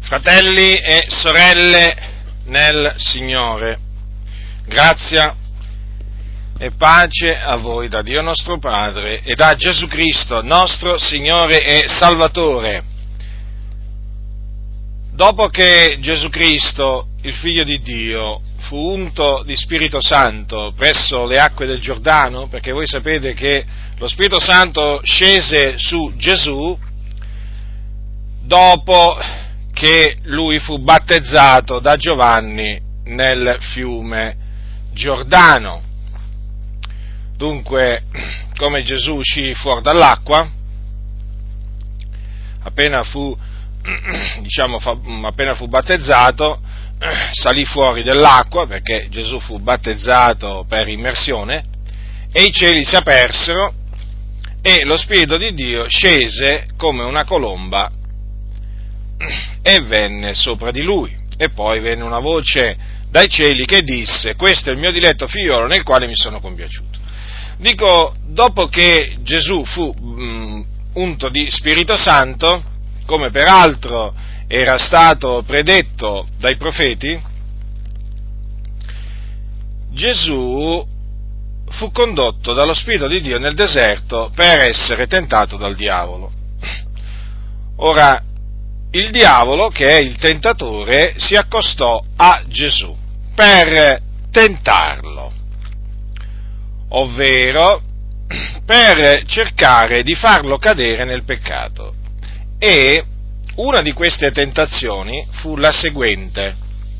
Fratelli e sorelle nel Signore, grazia e pace a voi da Dio nostro Padre e da Gesù Cristo, nostro Signore e Salvatore. Dopo che Gesù Cristo, il Figlio di Dio, fu unto di Spirito Santo presso le acque del Giordano, perché voi sapete che lo Spirito Santo scese su Gesù dopo che lui fu battezzato da Giovanni nel fiume Giordano. Dunque, come Gesù uscì fuori dall'acqua, appena fu battezzato, salì fuori dell'acqua, perché Gesù fu battezzato per immersione, e i cieli si apersero e lo Spirito di Dio scese come una colomba e venne sopra di lui. E poi venne una voce dai cieli che disse: questo è il mio diletto figliolo nel quale mi sono compiaciuto. Dico, dopo che Gesù fu unto di Spirito Santo, come peraltro era stato predetto dai profeti, Gesù fu condotto dallo Spirito di Dio nel deserto per essere tentato dal diavolo. Ora, il diavolo, che è il tentatore, si accostò a Gesù per tentarlo, ovvero per cercare di farlo cadere nel peccato. E una di queste tentazioni fu la seguente.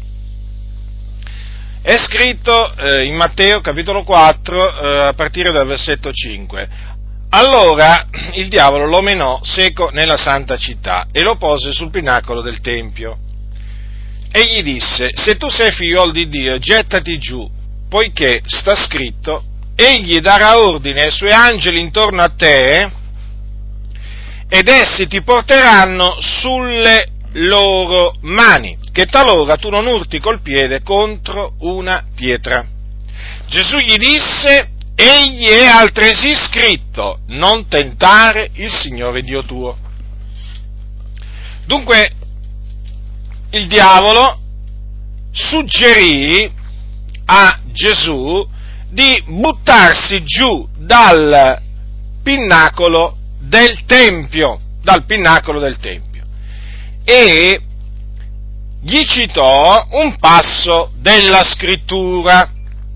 È scritto in Matteo capitolo 4 a partire dal versetto 5. Allora il diavolo lo menò seco nella santa città e lo pose sul pinnacolo del tempio. E gli disse: se tu sei figliuolo di Dio, gettati giù, poiché sta scritto: egli darà ordine ai suoi angeli intorno a te, ed essi ti porteranno sulle loro mani, che talora tu non urti col piede contro una pietra. Gesù gli disse: egli è altresì scritto: non tentare il Signore Dio tuo. Dunque, il diavolo suggerì a Gesù di buttarsi giù dal pinnacolo del Tempio, e gli citò un passo della Scrittura.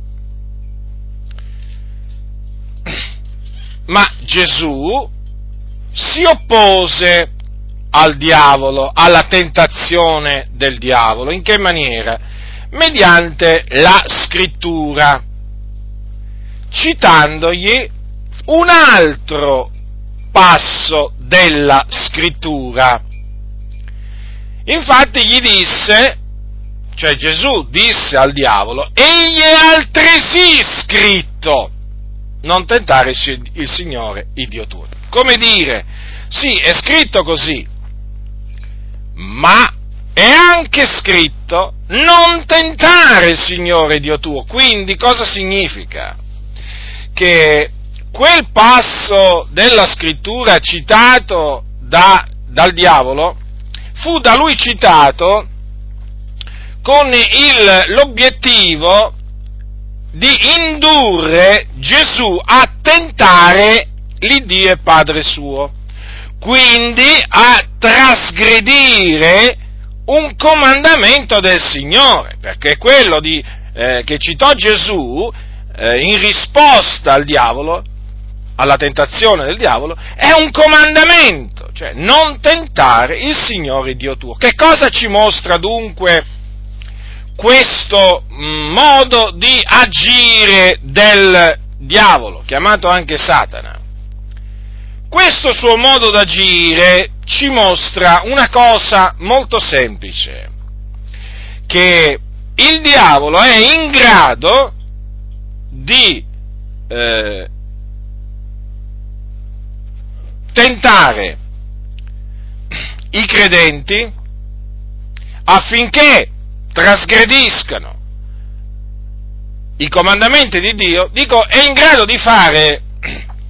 Ma Gesù si oppose al diavolo, alla tentazione del diavolo. In che maniera? Mediante la Scrittura, citandogli un altro passo della Scrittura. Infatti gli disse, cioè Gesù disse al diavolo: egli è altresì scritto: non tentare il Signore, il Dio tuo. Come dire, sì, è scritto così, ma è anche scritto: non tentare il Signore, Dio tuo. Quindi cosa significa? Che quel passo della Scrittura citato dal diavolo fu da lui citato con l'obiettivo di indurre Gesù a tentare l'Iddio e Padre suo, quindi a trasgredire un comandamento del Signore, perché quello che citò Gesù in risposta al diavolo, alla tentazione del diavolo, è un comandamento, cioè non tentare il Signore Dio tuo. Che cosa ci mostra dunque questo modo di agire del diavolo, chiamato anche Satana? Questo suo modo d'agire ci mostra una cosa molto semplice, che il diavolo è in grado di tentare i credenti affinché trasgrediscano i comandamenti di Dio. Dico, è in grado di fare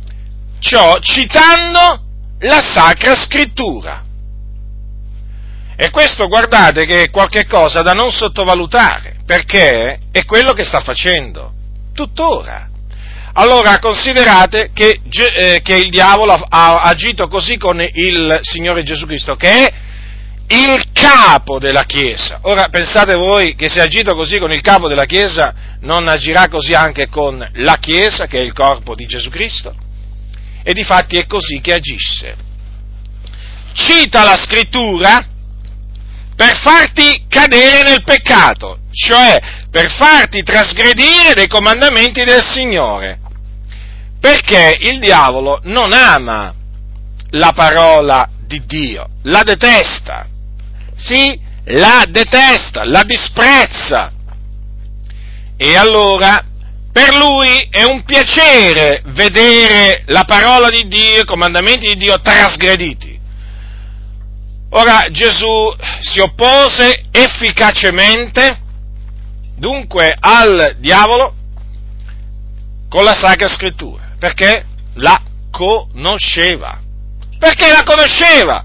ciò citando la Sacra Scrittura. E questo guardate che è qualche cosa da non sottovalutare, perché è quello che sta facendo, tuttora. Allora considerate che il diavolo ha agito così con il Signore Gesù Cristo, che è il capo della Chiesa. Ora pensate voi che se ha agito così con il capo della Chiesa, non agirà così anche con la Chiesa, che è il corpo di Gesù Cristo? E difatti è così che agisse. Cita la Scrittura per farti cadere nel peccato, cioè per farti trasgredire dei comandamenti del Signore, perché il diavolo non ama la parola di Dio, la detesta, sì, la detesta, la disprezza, e allora per lui è un piacere vedere la parola di Dio, i comandamenti di Dio trasgrediti. Ora Gesù si oppose efficacemente, dunque, al diavolo con la Sacra Scrittura, perché la conosceva. Perché la conosceva!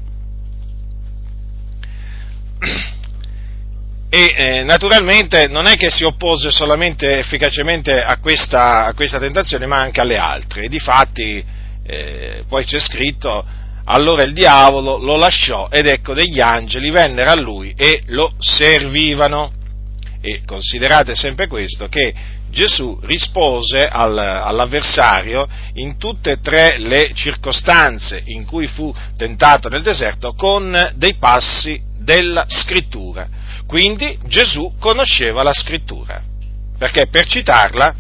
E naturalmente non è che si oppose solamente efficacemente a questa tentazione, ma anche alle altre. E difatti poi c'è scritto: allora il diavolo lo lasciò ed ecco degli angeli vennero a lui e lo servivano. E considerate sempre questo, che Gesù rispose all'avversario in tutte e tre le circostanze in cui fu tentato nel deserto con dei passi della Scrittura. Quindi Gesù conosceva la Scrittura, perché per citarla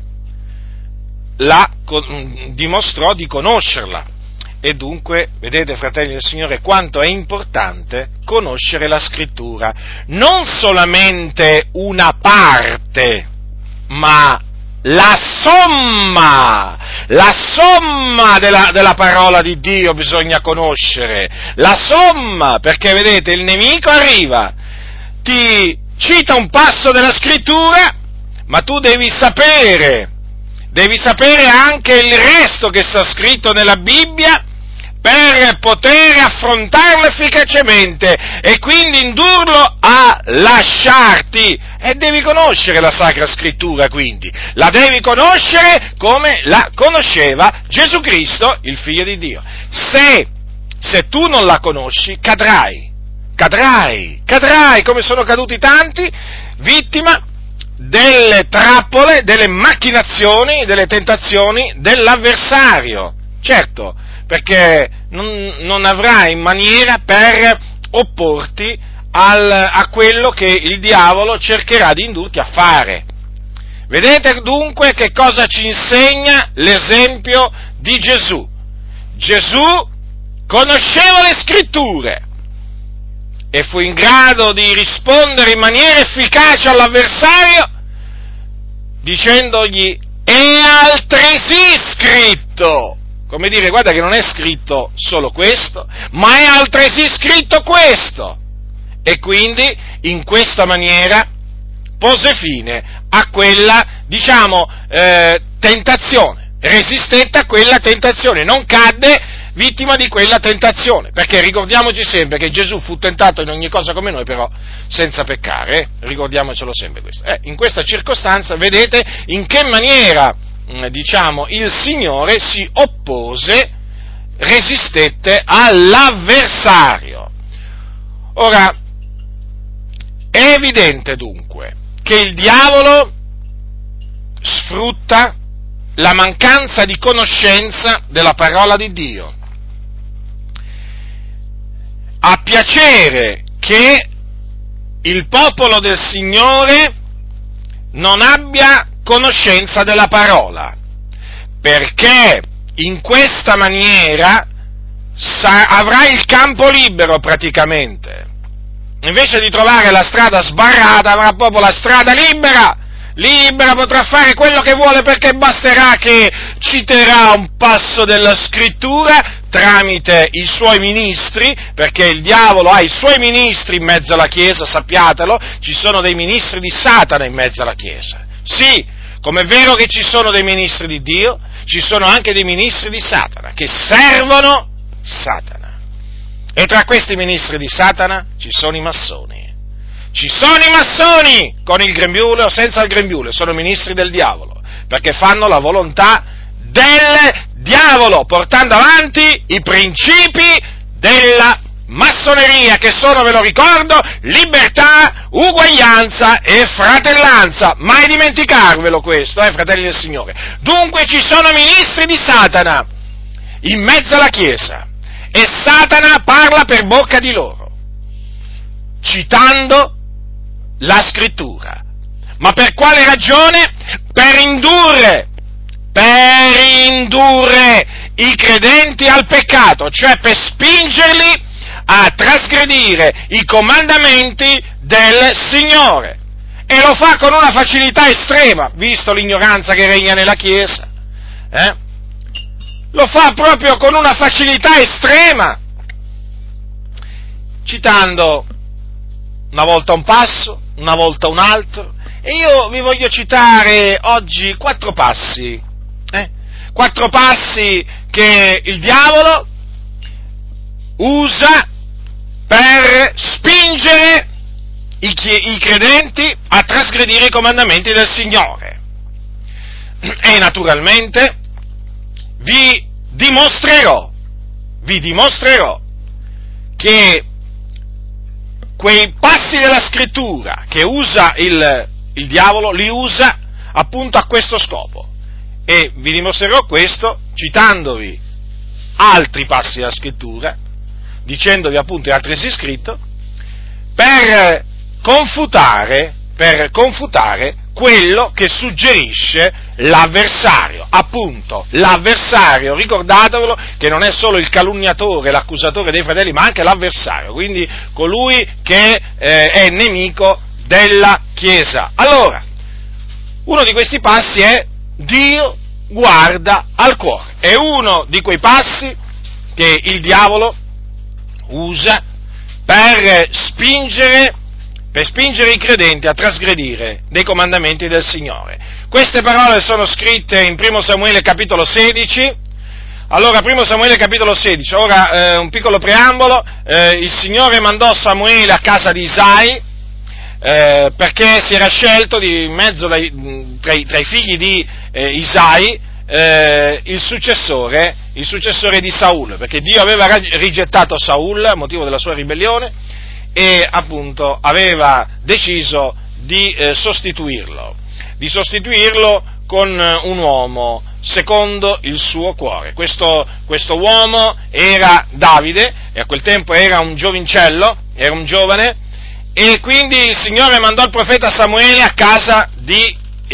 dimostrò di conoscerla. E dunque, vedete, fratelli del Signore, quanto è importante conoscere la Scrittura, non solamente una parte, ma la somma della parola di Dio bisogna conoscere, la somma, perché vedete, il nemico arriva, ti cita un passo della Scrittura, ma tu devi sapere anche il resto che sta scritto nella Bibbia, per poter affrontarlo efficacemente e quindi indurlo a lasciarti. E devi conoscere la Sacra Scrittura, quindi la devi conoscere come la conosceva Gesù Cristo, il Figlio di Dio. Se tu non la conosci, cadrai come sono caduti tanti, vittima delle trappole, delle macchinazioni, delle tentazioni dell'avversario. Certo, perché non avrai maniera per opporti a quello che il diavolo cercherà di indurti a fare. Vedete dunque che cosa ci insegna l'esempio di Gesù. Gesù conosceva le Scritture e fu in grado di rispondere in maniera efficace all'avversario dicendogli: è altresì scritto. Come dire, guarda che non è scritto solo questo, ma è altresì scritto questo. E quindi, in questa maniera, pose fine a quella, tentazione, resistette a quella tentazione, non cadde vittima di quella tentazione, perché ricordiamoci sempre che Gesù fu tentato in ogni cosa come noi, però senza peccare, ricordiamocelo sempre questo. In questa circostanza vedete in che maniera il Signore si oppose, resistette all'avversario. Ora, è evidente dunque che il diavolo sfrutta la mancanza di conoscenza della parola di Dio. Ha piacere che il popolo del Signore non abbia conoscenza della parola, perché in questa maniera avrà il campo libero praticamente. Invece di trovare la strada sbarrata, avrà proprio la strada libera, potrà fare quello che vuole, perché basterà che citerà un passo della Scrittura tramite i suoi ministri, perché il diavolo ha i suoi ministri in mezzo alla Chiesa, sappiatelo, ci sono dei ministri di Satana in mezzo alla Chiesa. Sì, come è vero che ci sono dei ministri di Dio, ci sono anche dei ministri di Satana, che servono Satana. E tra questi ministri di Satana ci sono i massoni. Ci sono i massoni, con il grembiule o senza il grembiule, sono ministri del diavolo, perché fanno la volontà del diavolo, portando avanti i principi della massoneria, che sono, ve lo ricordo, libertà, uguaglianza e fratellanza. Mai dimenticarvelo questo, fratelli del Signore. Dunque ci sono ministri di Satana in mezzo alla Chiesa, e Satana parla per bocca di loro, citando la Scrittura. Ma per quale ragione? Per indurre i credenti al peccato, cioè per spingerli a trasgredire i comandamenti del Signore. E lo fa con una facilità estrema, visto l'ignoranza che regna nella Chiesa. Lo fa proprio con una facilità estrema, citando una volta un passo, una volta un altro, e io vi voglio citare oggi 4 passi, 4 passi che il diavolo usa per spingere i credenti a trasgredire i comandamenti del Signore. E naturalmente vi dimostrerò che quei passi della Scrittura che usa il diavolo li usa appunto a questo scopo, e vi dimostrerò questo citandovi altri passi della Scrittura, dicendovi appunto è altresì scritto, per confutare quello che suggerisce l'avversario. Appunto, l'avversario, ricordatevelo che non è solo il calunniatore, l'accusatore dei fratelli, ma anche l'avversario, quindi colui che è nemico della Chiesa. Allora, uno di questi passi è Dio guarda al cuore. È uno di quei passi che il diavolo usa per spingere i credenti a trasgredire dei comandamenti del Signore. Queste parole sono scritte in 1 Samuele capitolo 16. Allora, 1 Samuele capitolo 16, ora un piccolo preambolo, il Signore mandò Samuele a casa di Isai, perché si era scelto in mezzo tra i figli di Isai il successore di Saul, perché Dio aveva rigettato Saul a motivo della sua ribellione e appunto aveva deciso di sostituirlo con un uomo secondo il suo cuore. Questo uomo era Davide, e a quel tempo era un giovincello, era un giovane, e quindi il Signore mandò il profeta Samuele a casa di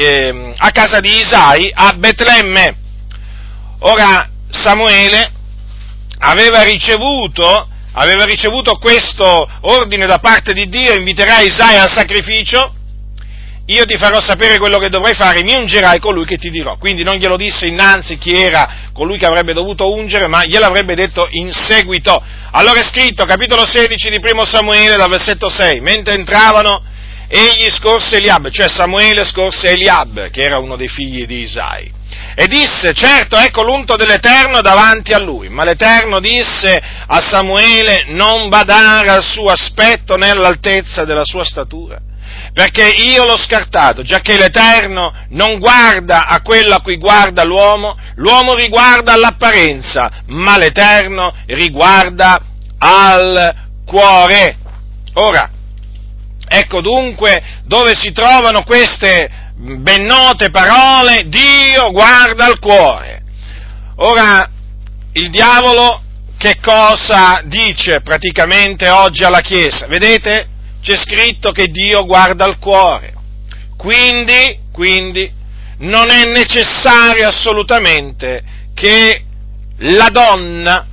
Isai a Betlemme. Ora Samuele aveva ricevuto questo ordine da parte di Dio: inviterai Isai al sacrificio, io ti farò sapere quello che dovrai fare, mi ungerai colui che ti dirò. Quindi non glielo disse innanzi chi era colui che avrebbe dovuto ungere, ma gliel'avrebbe detto in seguito. Allora è scritto, capitolo 16 di 1 Samuele, dal versetto 6, mentre entravano, egli scorse Eliab, cioè Samuele scorse Eliab, che era uno dei figli di Isai, e disse: certo, ecco l'unto dell'Eterno davanti a lui. Ma l'Eterno disse a Samuele: non badare al suo aspetto né all'altezza della sua statura, perché io l'ho scartato, giacché l'Eterno non guarda a quello a cui guarda l'uomo riguarda all'apparenza, ma l'Eterno riguarda al cuore. Ora, ecco dunque dove si trovano queste ben note parole: Dio guarda al cuore. Ora, il diavolo che cosa dice praticamente oggi alla Chiesa? Vedete? C'è scritto che Dio guarda al cuore. Quindi non è necessario assolutamente che la donna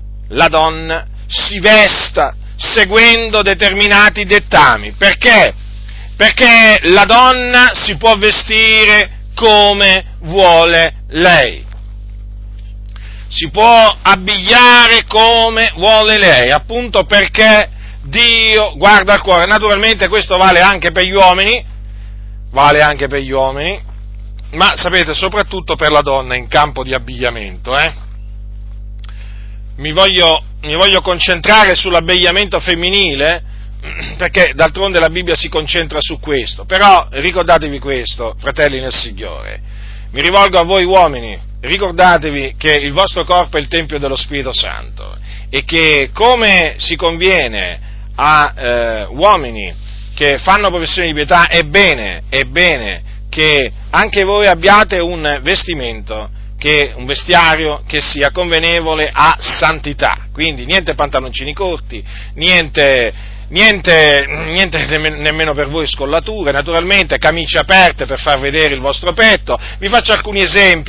si vesta seguendo determinati dettami. Perché? Perché la donna si può vestire come vuole lei. Si può abbigliare come vuole lei, appunto perché Dio guarda al cuore. Naturalmente questo vale anche per gli uomini, ma sapete, soprattutto per la donna in campo di abbigliamento, mi voglio concentrare sull'abbigliamento femminile, perché d'altronde la Bibbia si concentra su questo. Però ricordatevi questo, fratelli nel Signore, mi rivolgo a voi uomini, ricordatevi che il vostro corpo è il Tempio dello Spirito Santo e che, come si conviene a uomini che fanno professione di pietà, è bene che anche voi abbiate un vestiario che sia convenevole a santità. Quindi niente pantaloncini corti, niente nemmeno per voi scollature, naturalmente, camicie aperte per far vedere il vostro petto. Vi faccio alcuni esempi,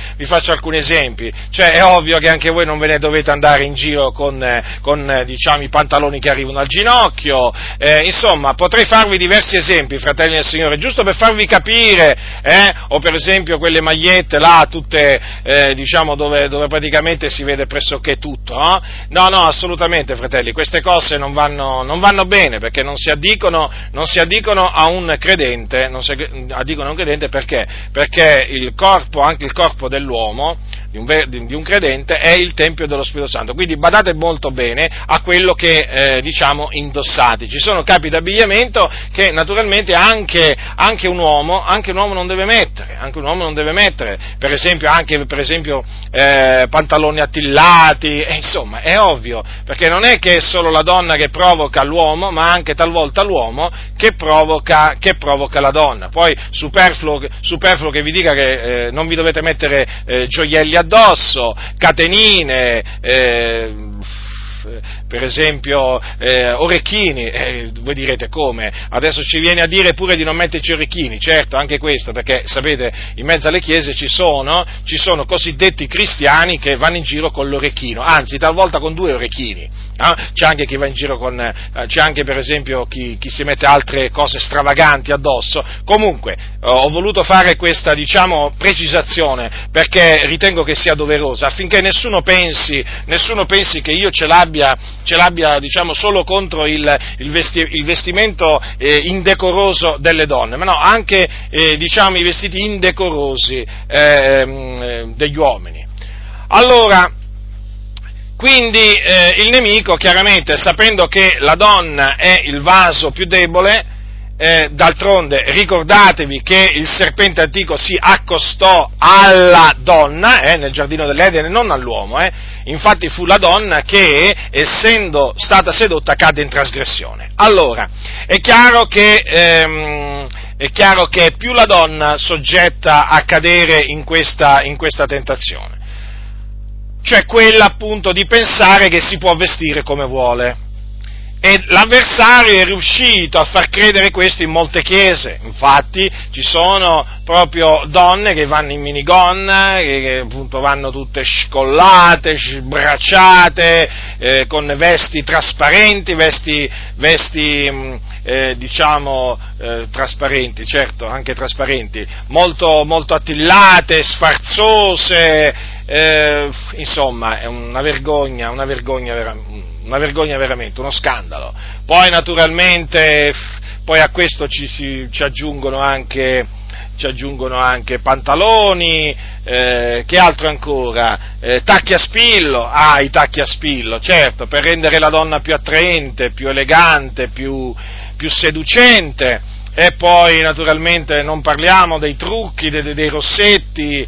cioè è ovvio che anche voi non ve ne dovete andare in giro con diciamo i pantaloni che arrivano al ginocchio, insomma, potrei farvi diversi esempi, fratelli del Signore, giusto per farvi capire, o per esempio quelle magliette là, tutte, diciamo, dove praticamente si vede pressoché tutto, no? No, assolutamente, fratelli, queste cose non vanno bene, perché non si addicono a un credente, addicono a un credente perché il corpo, anche il corpo dell'uomo, di un credente, è il Tempio dello Spirito Santo. Quindi badate molto bene a quello che diciamo indossate. Ci sono capi d'abbigliamento che naturalmente anche un uomo non deve mettere, per esempio pantaloni attillati, insomma, è ovvio, perché non è che è solo la donna che provoca l'uomo, ma anche talvolta l'uomo che provoca la donna. Poi superfluo che vi dica che non vi dovete mettere gioielli addosso, catenine, per esempio orecchini, voi direte come? Adesso ci viene a dire pure di non metterci orecchini, certo, anche questo, perché sapete, in mezzo alle chiese ci sono cosiddetti cristiani che vanno in giro con l'orecchino, anzi talvolta con 2 orecchini. C'è anche chi va in giro c'è anche per esempio chi si mette altre cose stravaganti addosso. Comunque ho voluto fare questa, diciamo, precisazione perché ritengo che sia doverosa, affinché nessuno pensi che io ce l'abbia, diciamo, solo contro il vestimento indecoroso delle donne, ma no, anche diciamo i vestiti indecorosi degli uomini. Allora, quindi il nemico, chiaramente, sapendo che la donna è il vaso più debole, d'altronde ricordatevi che il serpente antico si accostò alla donna nel giardino dell'Edene, non all'uomo, infatti fu la donna che, essendo stata sedotta, cadde in trasgressione. Allora, è chiaro che è più la donna soggetta a cadere in questa tentazione, cioè quella appunto di pensare che si può vestire come vuole. E l'avversario è riuscito a far credere questo in molte chiese. Infatti ci sono proprio donne che vanno in minigonna, che appunto vanno tutte scollate, sbracciate, con vesti trasparenti, diciamo trasparenti, certo, anche trasparenti, molto, molto attillate, sfarzose, insomma, è una vergogna veramente, uno scandalo. Poi naturalmente, a questo ci aggiungono anche pantaloni, che altro ancora? Tacchi a spillo, i tacchi a spillo, certo, per rendere la donna più attraente, più elegante, più seducente. E poi naturalmente non parliamo dei trucchi, dei rossetti,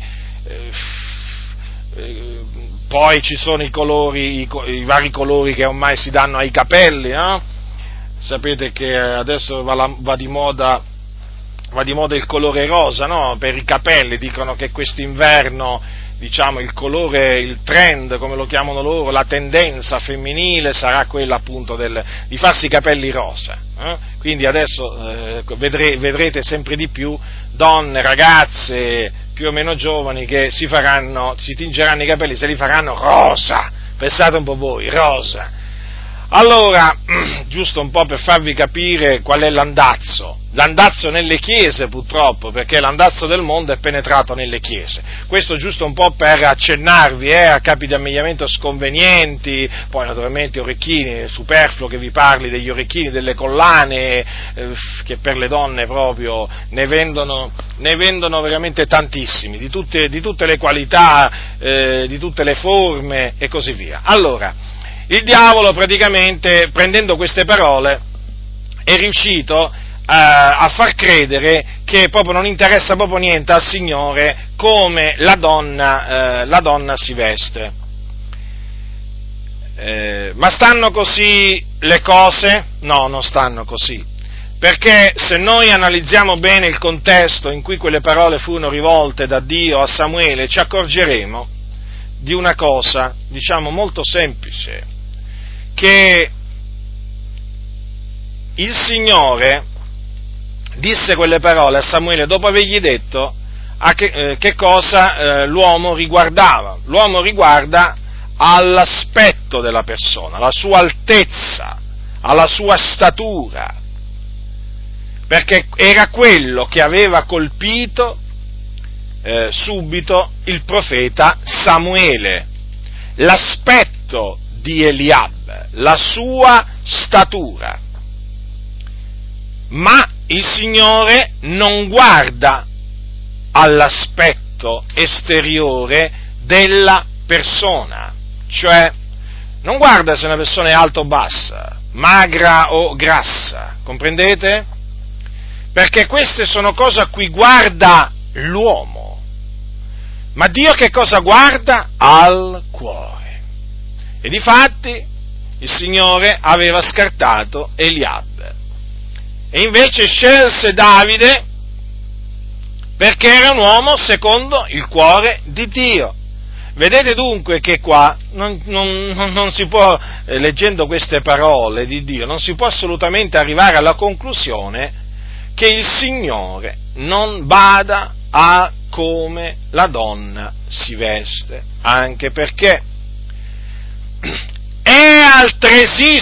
poi ci sono i colori, i vari colori che ormai si danno ai capelli, no? Sapete che adesso va di moda il colore rosa, no? Per i capelli, dicono che quest'inverno, diciamo, il trend, come lo chiamano loro, la tendenza femminile sarà quella appunto di farsi i capelli rosa. Quindi adesso vedrete sempre di più donne, ragazze più o meno giovani che si tingeranno i capelli, se li faranno rosa. Pensate un po' voi, rosa. Allora, giusto un po' per farvi capire qual è l'andazzo nelle chiese purtroppo, perché l'andazzo del mondo è penetrato nelle chiese, questo giusto un po' per accennarvi a capi di abbigliamento sconvenienti, poi naturalmente orecchini, superfluo che vi parli degli orecchini, delle collane, che per le donne proprio ne vendono veramente tantissimi, di tutte le qualità, di tutte le forme e così via. Allora, il diavolo praticamente, prendendo queste parole, è riuscito a far credere che proprio non interessa proprio niente al Signore come la donna si veste. Ma stanno così le cose? No, non stanno così. Perché se noi analizziamo bene il contesto in cui quelle parole furono rivolte da Dio a Samuele, ci accorgeremo di una cosa, diciamo, molto semplice, che il Signore disse quelle parole a Samuele dopo avergli detto che cosa l'uomo riguardava. L'uomo riguarda all'aspetto della persona, alla sua altezza, alla sua statura, perché era quello che aveva colpito subito il profeta Samuele, l'aspetto di Eliab, la sua statura. Ma il Signore non guarda all'aspetto esteriore della persona, cioè non guarda se una persona è alta o bassa, magra o grassa, comprendete? Perché queste sono cose a cui guarda l'uomo, ma Dio che cosa guarda? Al cuore. E difatti il Signore aveva scartato Eliab e invece scelse Davide perché era un uomo secondo il cuore di Dio. Vedete dunque che qua non si può, leggendo queste parole di Dio, non si può assolutamente arrivare alla conclusione che il Signore non bada a come la donna si veste, anche perché è altresì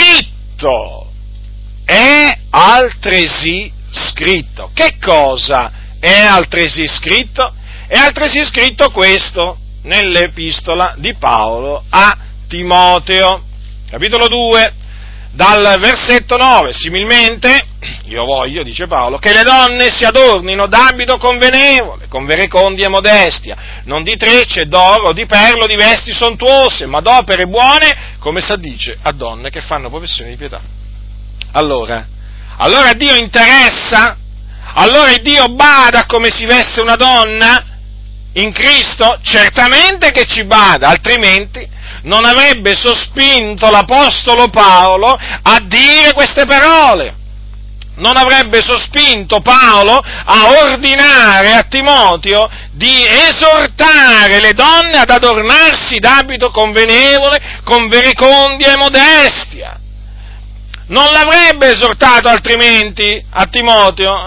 scritto. Che cosa è altresì scritto? È altresì scritto questo nell'epistola di Paolo a Timoteo, capitolo 2, dal versetto 9, similmente, io voglio, dice Paolo, che le donne si adornino d'abito convenevole, con verecondia e modestia, non di trecce, d'oro, di perlo, di vesti sontuose, ma d'opere buone, come s'addice a donne che fanno professione di pietà. Allora Dio interessa? Allora Dio bada a come si veste una donna in Cristo? Certamente che ci bada, altrimenti non avrebbe sospinto l'Apostolo Paolo a dire queste parole. Non avrebbe sospinto Paolo a ordinare a Timoteo di esortare le donne ad adornarsi d'abito convenevole, con verecondia e modestia. Non l'avrebbe esortato altrimenti a Timoteo,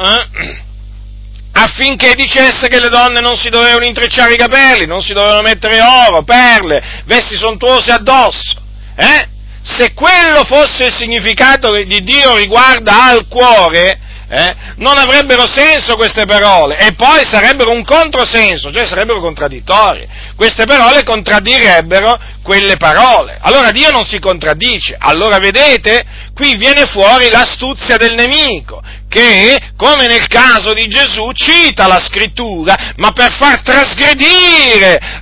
affinché dicesse che le donne non si dovevano intrecciare i capelli, non si dovevano mettere oro, perle, vesti sontuose addosso. Se quello fosse il significato di Dio riguarda al cuore, non avrebbero senso queste parole, e poi sarebbero un controsenso, cioè sarebbero contraddittorie. Queste parole contraddirebbero quelle parole. Allora Dio non si contraddice. Allora vedete, qui viene fuori l'astuzia del nemico, che, come nel caso di Gesù, cita la scrittura, ma per far trasgredire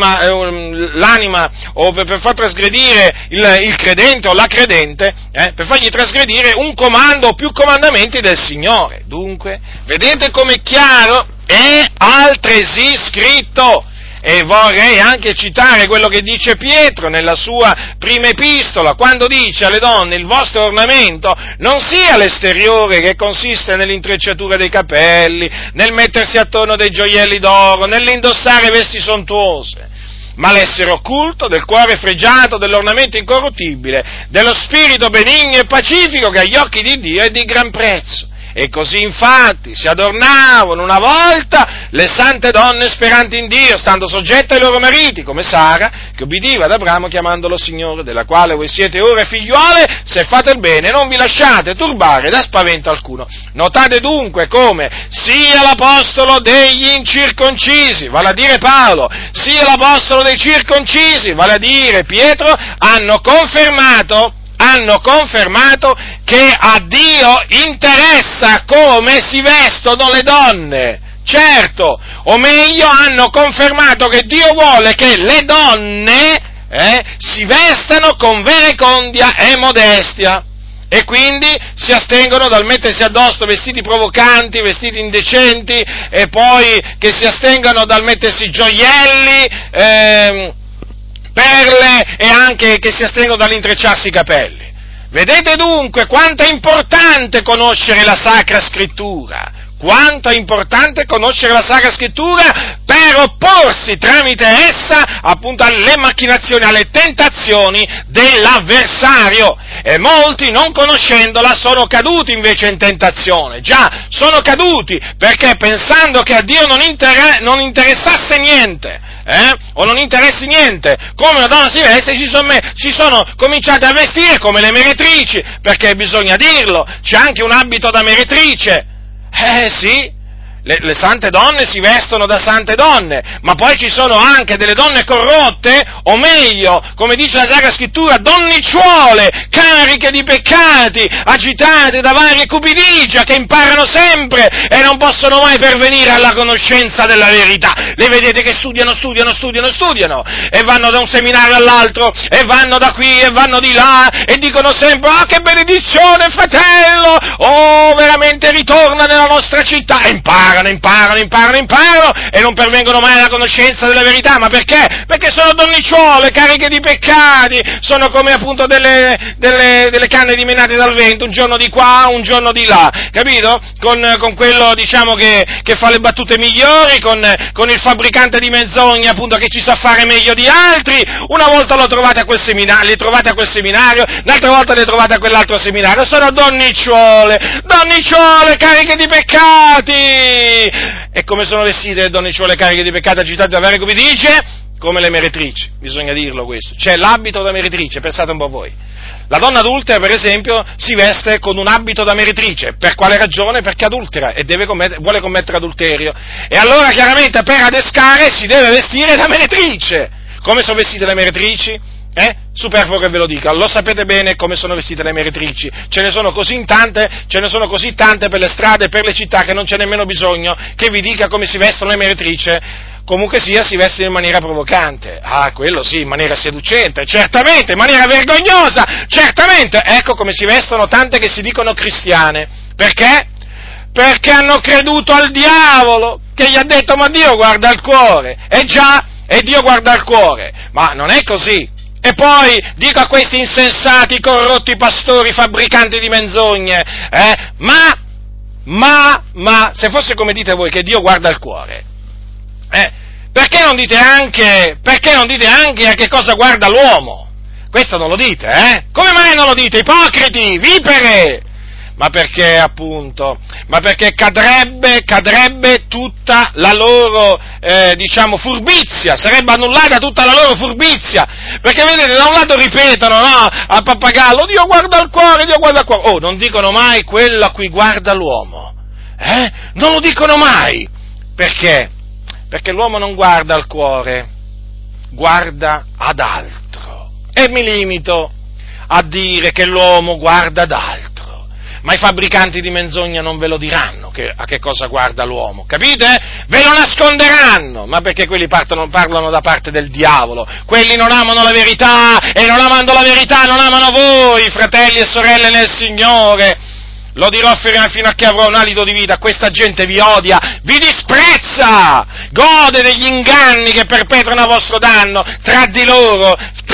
l'anima o per far trasgredire il credente o la credente, per fargli trasgredire un comando o più comandamenti del Signore. Dunque, vedete com'è chiaro? È altresì scritto. E vorrei anche citare quello che dice Pietro nella sua prima epistola, quando dice alle donne: il vostro ornamento non sia l'esteriore, che consiste nell'intrecciatura dei capelli, nel mettersi attorno dei gioielli d'oro, nell'indossare vesti sontuose, ma l'essere occulto del cuore fregiato, dell'ornamento incorruttibile, dello spirito benigno e pacifico, che agli occhi di Dio è di gran prezzo. E così infatti si adornavano una volta le sante donne speranti in Dio, stando soggette ai loro mariti, come Sara, che ubbidiva ad Abramo chiamandolo Signore, della quale voi siete ora figliuole, se fate il bene, non vi lasciate turbare da spavento alcuno. Notate dunque come sia l'apostolo degli incirconcisi, vale a dire Paolo, sia l'apostolo dei circoncisi, vale a dire Pietro, hanno confermato che a Dio interessa come si vestono le donne. Certo, o meglio, hanno confermato che Dio vuole che le donne si vestano con verecondia e modestia. E quindi si astengono dal mettersi addosso vestiti provocanti, vestiti indecenti, e poi che si astengono dal mettersi gioielli, perle, e anche che si astengono dall'intrecciarsi i capelli. Vedete dunque quanto è importante conoscere la Sacra Scrittura, quanto è importante conoscere la Sacra Scrittura per opporsi tramite essa appunto alle macchinazioni, alle tentazioni dell'avversario. E molti, non conoscendola, sono caduti invece in tentazione. Già, sono caduti perché pensando che a Dio non interessasse niente, o non interessi niente, come una donna si veste, si sono cominciate a vestire come le meretrici, perché bisogna dirlo, c'è anche un abito da meretrice. Sì, le sante donne si vestono da sante donne, ma poi ci sono anche delle donne corrotte, o meglio, come dice la Sacra Scrittura, donnicciuole, cariche di peccati, agitate da varie cupidigia, che imparano sempre e non possono mai pervenire alla conoscenza della verità. Le vedete che studiano, e vanno da un seminario all'altro, e vanno da qui, e vanno di là, e dicono sempre, che benedizione, fratello, veramente ritorna nella nostra città, e imparano, e non pervengono mai alla conoscenza della verità. Ma perché? Perché sono donnicciuole, cariche di peccati, sono come appunto delle canne dimenate dal vento, un giorno di qua, un giorno di là, capito? Con quello, diciamo, che fa le battute migliori, con il fabbricante di menzogne, appunto, che ci sa fare meglio di altri. Una volta le trovate a quel seminario, l'altra volta le trovate a quell'altro seminario. Sono donnicciuole, cariche di peccati. E come sono vestite le donnicciuole cariche di peccati, agitate da varie cupidigie? Come le meretrici, bisogna dirlo questo. C'è l'abito da meretrice, pensate un po' voi. La donna adultera, per esempio, si veste con un abito da meretrice. Per quale ragione? Perché adultera e vuole commettere adulterio. E allora, chiaramente, per adescare si deve vestire da meretrice. Come sono vestite le meretrici? Superfluo che ve lo dica, lo sapete bene come sono vestite le meretrici, ce ne sono così tante per le strade e per le città che non c'è nemmeno bisogno che vi dica come si vestono le meretrici. Comunque sia, si vestono in maniera provocante, quello sì, in maniera seducente, certamente, in maniera vergognosa, certamente, ecco come si vestono tante che si dicono cristiane. Perché? Perché hanno creduto al diavolo, che gli ha detto, ma Dio guarda il cuore, e Dio guarda il cuore, ma non è così. E poi dico a questi insensati, corrotti pastori, fabbricanti di menzogne, ma se fosse come dite voi che Dio guarda il cuore, perché non dite anche a che cosa guarda l'uomo? Questo non lo dite, Come mai non lo dite, ipocriti, vipere? Ma perché cadrebbe tutta la loro, furbizia, sarebbe annullata tutta la loro furbizia, perché vedete, da un lato ripetono, a pappagallo, Dio guarda il cuore, non dicono mai quello a cui guarda l'uomo, non lo dicono mai, perché? Perché l'uomo non guarda al cuore, guarda ad altro, e mi limito a dire che l'uomo guarda ad altro. Ma i fabbricanti di menzogna non ve lo diranno a che cosa guarda l'uomo, capite? Ve lo nasconderanno, ma perché quelli parlano da parte del diavolo, quelli non amano la verità, e non amando la verità non amano voi, fratelli e sorelle nel Signore. Lo dirò fino a che avrò un alito di vita, questa gente vi odia, vi disprezza, gode degli inganni che perpetrano a vostro danno, tra di loro,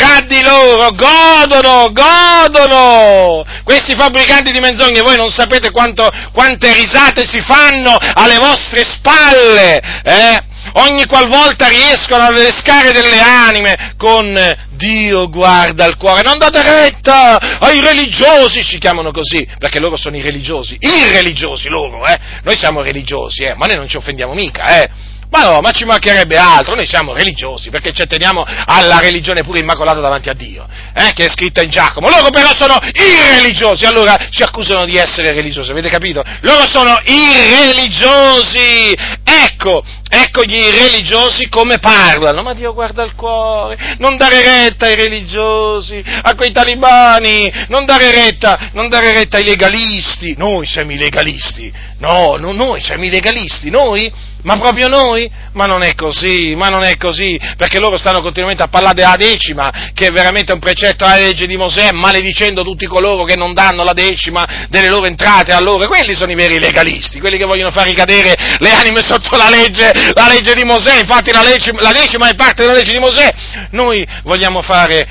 godono, questi fabbricanti di menzogne, voi non sapete quante risate si fanno alle vostre spalle, ogni qualvolta riescono ad adescare delle anime con Dio guarda il cuore. Non date retta ai religiosi, ci chiamano così, perché loro sono i religiosi loro, noi siamo religiosi, ma noi non ci offendiamo mica, Ma no, ma ci mancherebbe altro, noi siamo religiosi, perché ci teniamo alla religione pure immacolata davanti a Dio, che è scritta in Giacomo. Loro però sono irreligiosi, allora ci accusano di essere religiosi, avete capito? Loro sono irreligiosi! Ecco gli irreligiosi come parlano, ma Dio guarda il cuore, non dare retta ai religiosi, a quei talibani, non dare retta ai legalisti, noi siamo i legalisti, noi siamo i legalisti, noi? Ma proprio noi? Ma non è così, perché loro stanno continuamente a parlare della decima, che è veramente un precetto alla legge di Mosè, maledicendo tutti coloro che non danno la decima delle loro entrate a loro. Quelli sono i veri legalisti, quelli che vogliono far ricadere le anime sotto la legge di Mosè. Infatti la decima è parte della legge di Mosè. Noi vogliamo fare,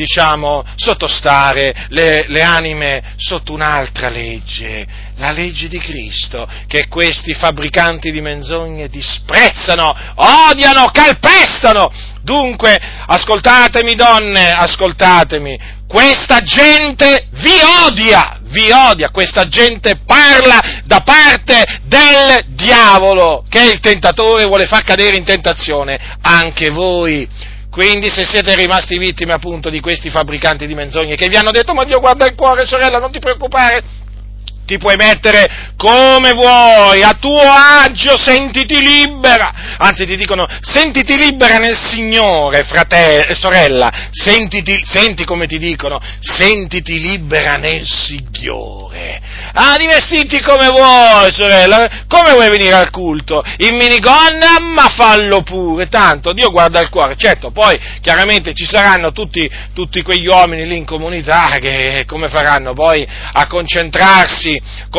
sottostare le anime sotto un'altra legge, la legge di Cristo, che questi fabbricanti di menzogne disprezzano, odiano, calpestano. Dunque, ascoltatemi donne, ascoltatemi, questa gente vi odia, questa gente parla da parte del diavolo, che è il tentatore, vuole far cadere in tentazione anche voi. Quindi se siete rimasti vittime appunto di questi fabbricanti di menzogne che vi hanno detto ma Dio guarda il cuore, sorella, non ti preoccupare, ti puoi mettere come vuoi, a tuo agio, sentiti libera, anzi ti dicono, sentiti libera nel Signore, sorella, senti come ti dicono, sentiti libera nel Signore, di vestirti come vuoi, sorella, come vuoi venire al culto, in minigonna, ma fallo pure, tanto Dio guarda il cuore. Certo, poi chiaramente ci saranno tutti quegli uomini lì in comunità che come faranno poi a concentrarsi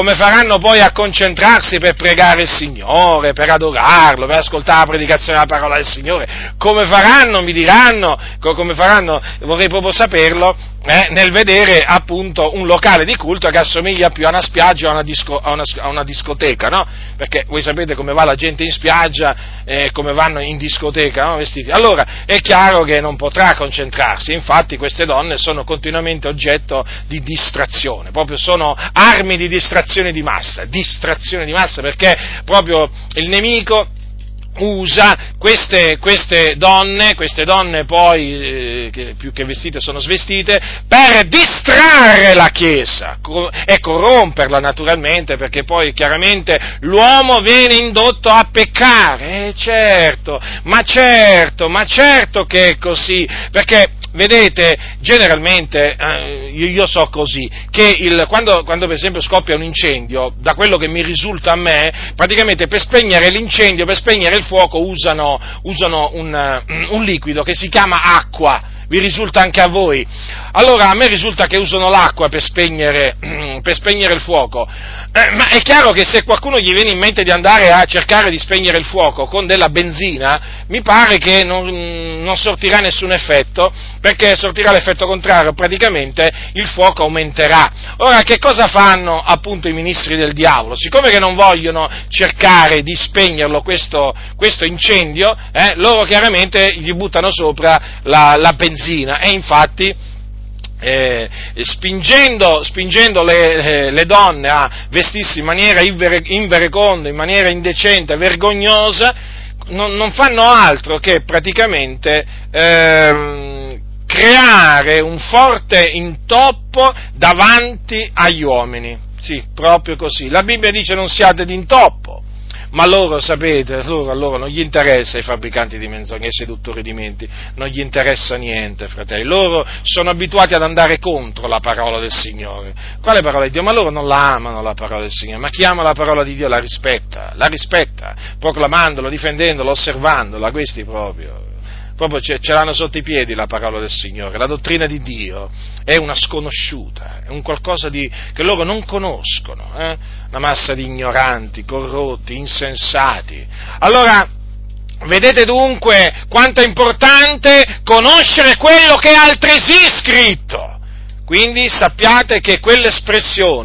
per pregare il Signore, per adorarlo, per ascoltare la predicazione della parola del Signore? Come faranno, mi diranno, come faranno, vorrei proprio saperlo, nel vedere appunto un locale di culto che assomiglia più a una spiaggia o a una discoteca, no? Perché voi sapete come va la gente in spiaggia e come vanno in discoteca, no? Vestiti. Allora è chiaro che non potrà concentrarsi, infatti queste donne sono continuamente oggetto di distrazione, proprio sono armi di distrazione di massa, perché proprio il nemico usa queste donne poi, che più che vestite sono svestite, per distrarre la Chiesa e corromperla naturalmente, perché poi chiaramente l'uomo viene indotto a peccare, ma certo che è così, perché vedete, generalmente, io so così, che quando per esempio scoppia un incendio, da quello che mi risulta a me, praticamente per spegnere l'incendio, per spegnere il fuoco, usano un liquido che si chiama acqua. Vi risulta anche a voi? Allora, a me risulta che usano l'acqua per spegnere il fuoco, ma è chiaro che se qualcuno gli viene in mente di andare a cercare di spegnere il fuoco con della benzina, mi pare che non sortirà nessun effetto, perché sortirà l'effetto contrario, praticamente il fuoco aumenterà. Ora, che cosa fanno appunto i ministri del diavolo? Siccome che non vogliono cercare di spegnerlo questo incendio, loro chiaramente gli buttano sopra la benzina, e infatti spingendo le donne a vestirsi in maniera invereconda, in maniera indecente, vergognosa, non fanno altro che praticamente creare un forte intoppo davanti agli uomini. Sì, proprio così. La Bibbia dice non siate d'intoppo. Ma loro, sapete, allora non gli interessa i fabbricanti di menzogne, i seduttori di menti, non gli interessa niente, fratelli. Loro sono abituati ad andare contro la parola del Signore. Quale parola di Dio? Ma loro non la amano la parola del Signore, ma chi ama la parola di Dio la rispetta, proclamandola, difendendola, osservandola, questi proprio ce l'hanno sotto i piedi la parola del Signore. La dottrina di Dio è una sconosciuta, è un qualcosa che loro non conoscono, una massa di ignoranti, corrotti, insensati. Allora, vedete dunque quanto è importante conoscere quello che è altresì scritto. Quindi sappiate che quell'espressione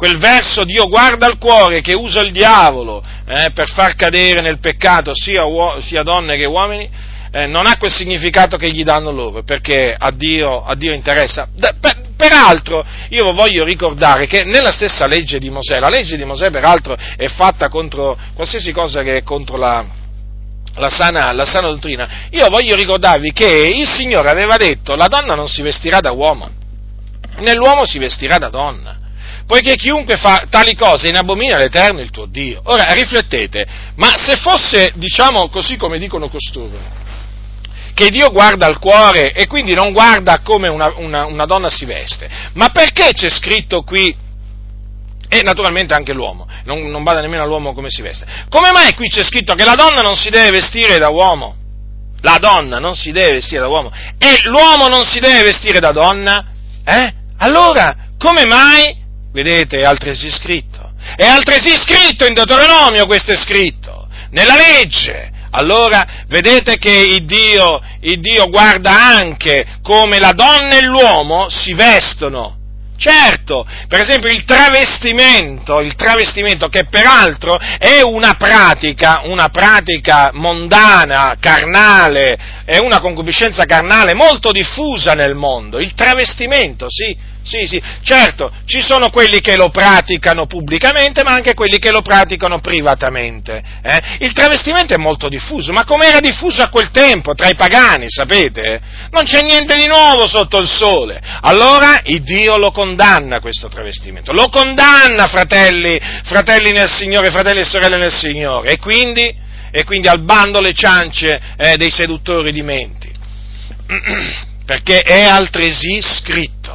quel verso Dio guarda al cuore che usa il diavolo per far cadere nel peccato sia donne che uomini, non ha quel significato che gli danno loro, perché a Dio interessa. Peraltro, io voglio ricordare che nella stessa legge di Mosè, la legge di Mosè peraltro è fatta contro qualsiasi cosa che è contro la sana dottrina. Io voglio ricordarvi che il Signore aveva detto: la donna non si vestirà da uomo, né l'uomo si vestirà da donna, poiché chiunque fa tali cose in abomina l'Eterno il tuo Dio. Ora riflettete, ma se fosse, diciamo così come dicono costoro, che Dio guarda al cuore e quindi non guarda come una donna si veste, ma perché c'è scritto qui, e naturalmente anche l'uomo, non bada nemmeno all'uomo come si veste, come mai qui c'è scritto che la donna non si deve vestire da uomo? La donna non si deve vestire da uomo e l'uomo non si deve vestire da donna? Allora, come mai? Vedete, è altresì scritto in Deuteronomio, questo è scritto, nella legge. Allora, vedete che il Dio guarda anche come la donna e l'uomo si vestono. Certo, per esempio il travestimento che peraltro è una pratica mondana, carnale, è una concupiscenza carnale molto diffusa nel mondo, il travestimento, sì, certo, ci sono quelli che lo praticano pubblicamente, ma anche quelli che lo praticano privatamente. Il travestimento è molto diffuso, ma come era diffuso a quel tempo, tra i pagani, sapete? Non c'è niente di nuovo sotto il sole. Allora, il Dio lo condanna questo travestimento, lo condanna, fratelli nel Signore, fratelli e sorelle nel Signore, e quindi al bando le ciance dei seduttori di menti, perché è altresì scritto.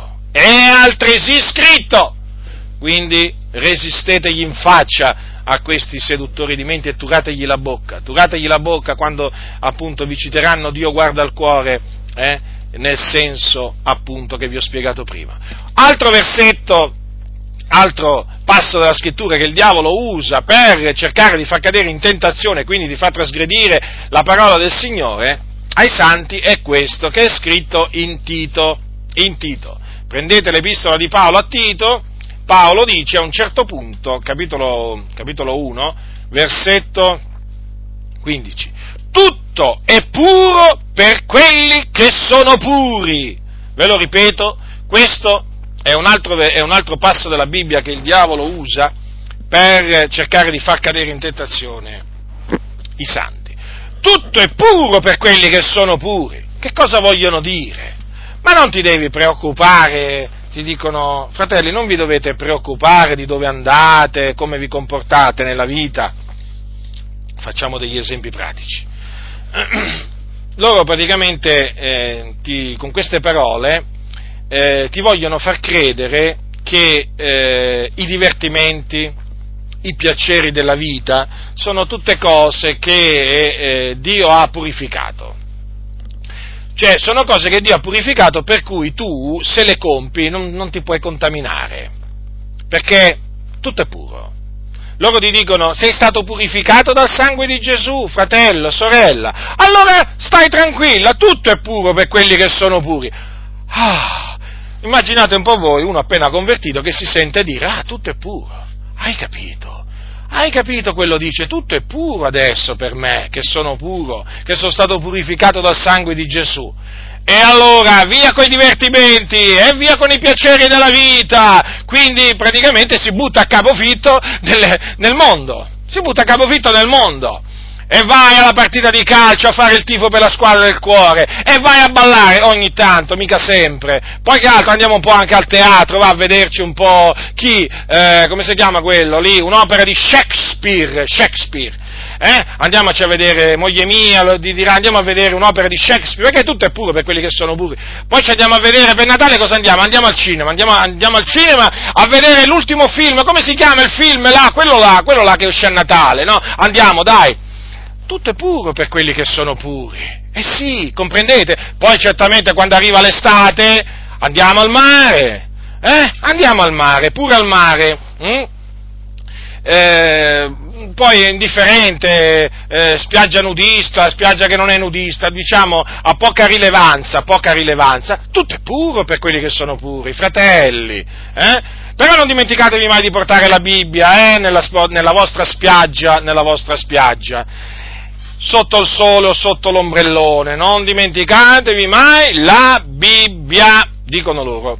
Quindi resistetegli in faccia a questi seduttori di menti e turategli la bocca quando appunto vi citeranno Dio guarda al cuore, nel senso appunto che vi ho spiegato prima. Altro versetto, altro passo della scrittura che il diavolo usa per cercare di far cadere in tentazione, quindi di far trasgredire la parola del Signore ai santi, è questo che è scritto in Tito. Prendete l'epistola di Paolo a Tito, Paolo dice a un certo punto, capitolo 1, versetto 15, tutto è puro per quelli che sono puri. Ve lo ripeto, questo è un altro passo della Bibbia che il diavolo usa per cercare di far cadere in tentazione i santi. Tutto è puro per quelli che sono puri. Che cosa vogliono dire? Ma non ti devi preoccupare, ti dicono, fratelli, non vi dovete preoccupare di dove andate, come vi comportate nella vita. Facciamo degli esempi pratici. Loro praticamente con queste parole ti vogliono far credere che i divertimenti, i piaceri della vita sono tutte cose che Dio ha purificato. Cioè, sono cose che Dio ha purificato, per cui tu, se le compi, non ti puoi contaminare, perché tutto è puro. Loro ti dicono: sei stato purificato dal sangue di Gesù, fratello, sorella, allora stai tranquilla, tutto è puro per quelli che sono puri. Immaginate un po' voi, uno appena convertito, che si sente dire: tutto è puro, hai capito? Hai capito quello dice? Tutto è puro adesso per me, che sono puro, che sono stato purificato dal sangue di Gesù. E allora via con i divertimenti e via con i piaceri della vita. Quindi praticamente si butta a capofitto nel mondo. E vai alla partita di calcio a fare il tifo per la squadra del cuore, e vai a ballare ogni tanto, mica sempre. Poi che altro, andiamo un po' anche al teatro, va a vederci un po' come si chiama quello lì, un'opera di Shakespeare. Andiamoci a vedere, moglie mia dirà, andiamo a vedere un'opera di Shakespeare, perché tutto è puro per quelli che sono puri. Poi ci andiamo a vedere, per Natale cosa andiamo? Andiamo al cinema a vedere l'ultimo film, come si chiama il film là, quello là che uscì a Natale, no? Andiamo, dai. Tutto è puro per quelli che sono puri. Sì, comprendete? Poi certamente quando arriva l'estate andiamo al mare. Andiamo al mare, pure al mare. Poi è indifferente, spiaggia nudista, spiaggia che non è nudista, diciamo a poca rilevanza. Tutto è puro per quelli che sono puri, fratelli. Però non dimenticatevi mai di portare la Bibbia, nella vostra spiaggia, sotto il sole o sotto l'ombrellone, non dimenticatevi mai la Bibbia, dicono loro.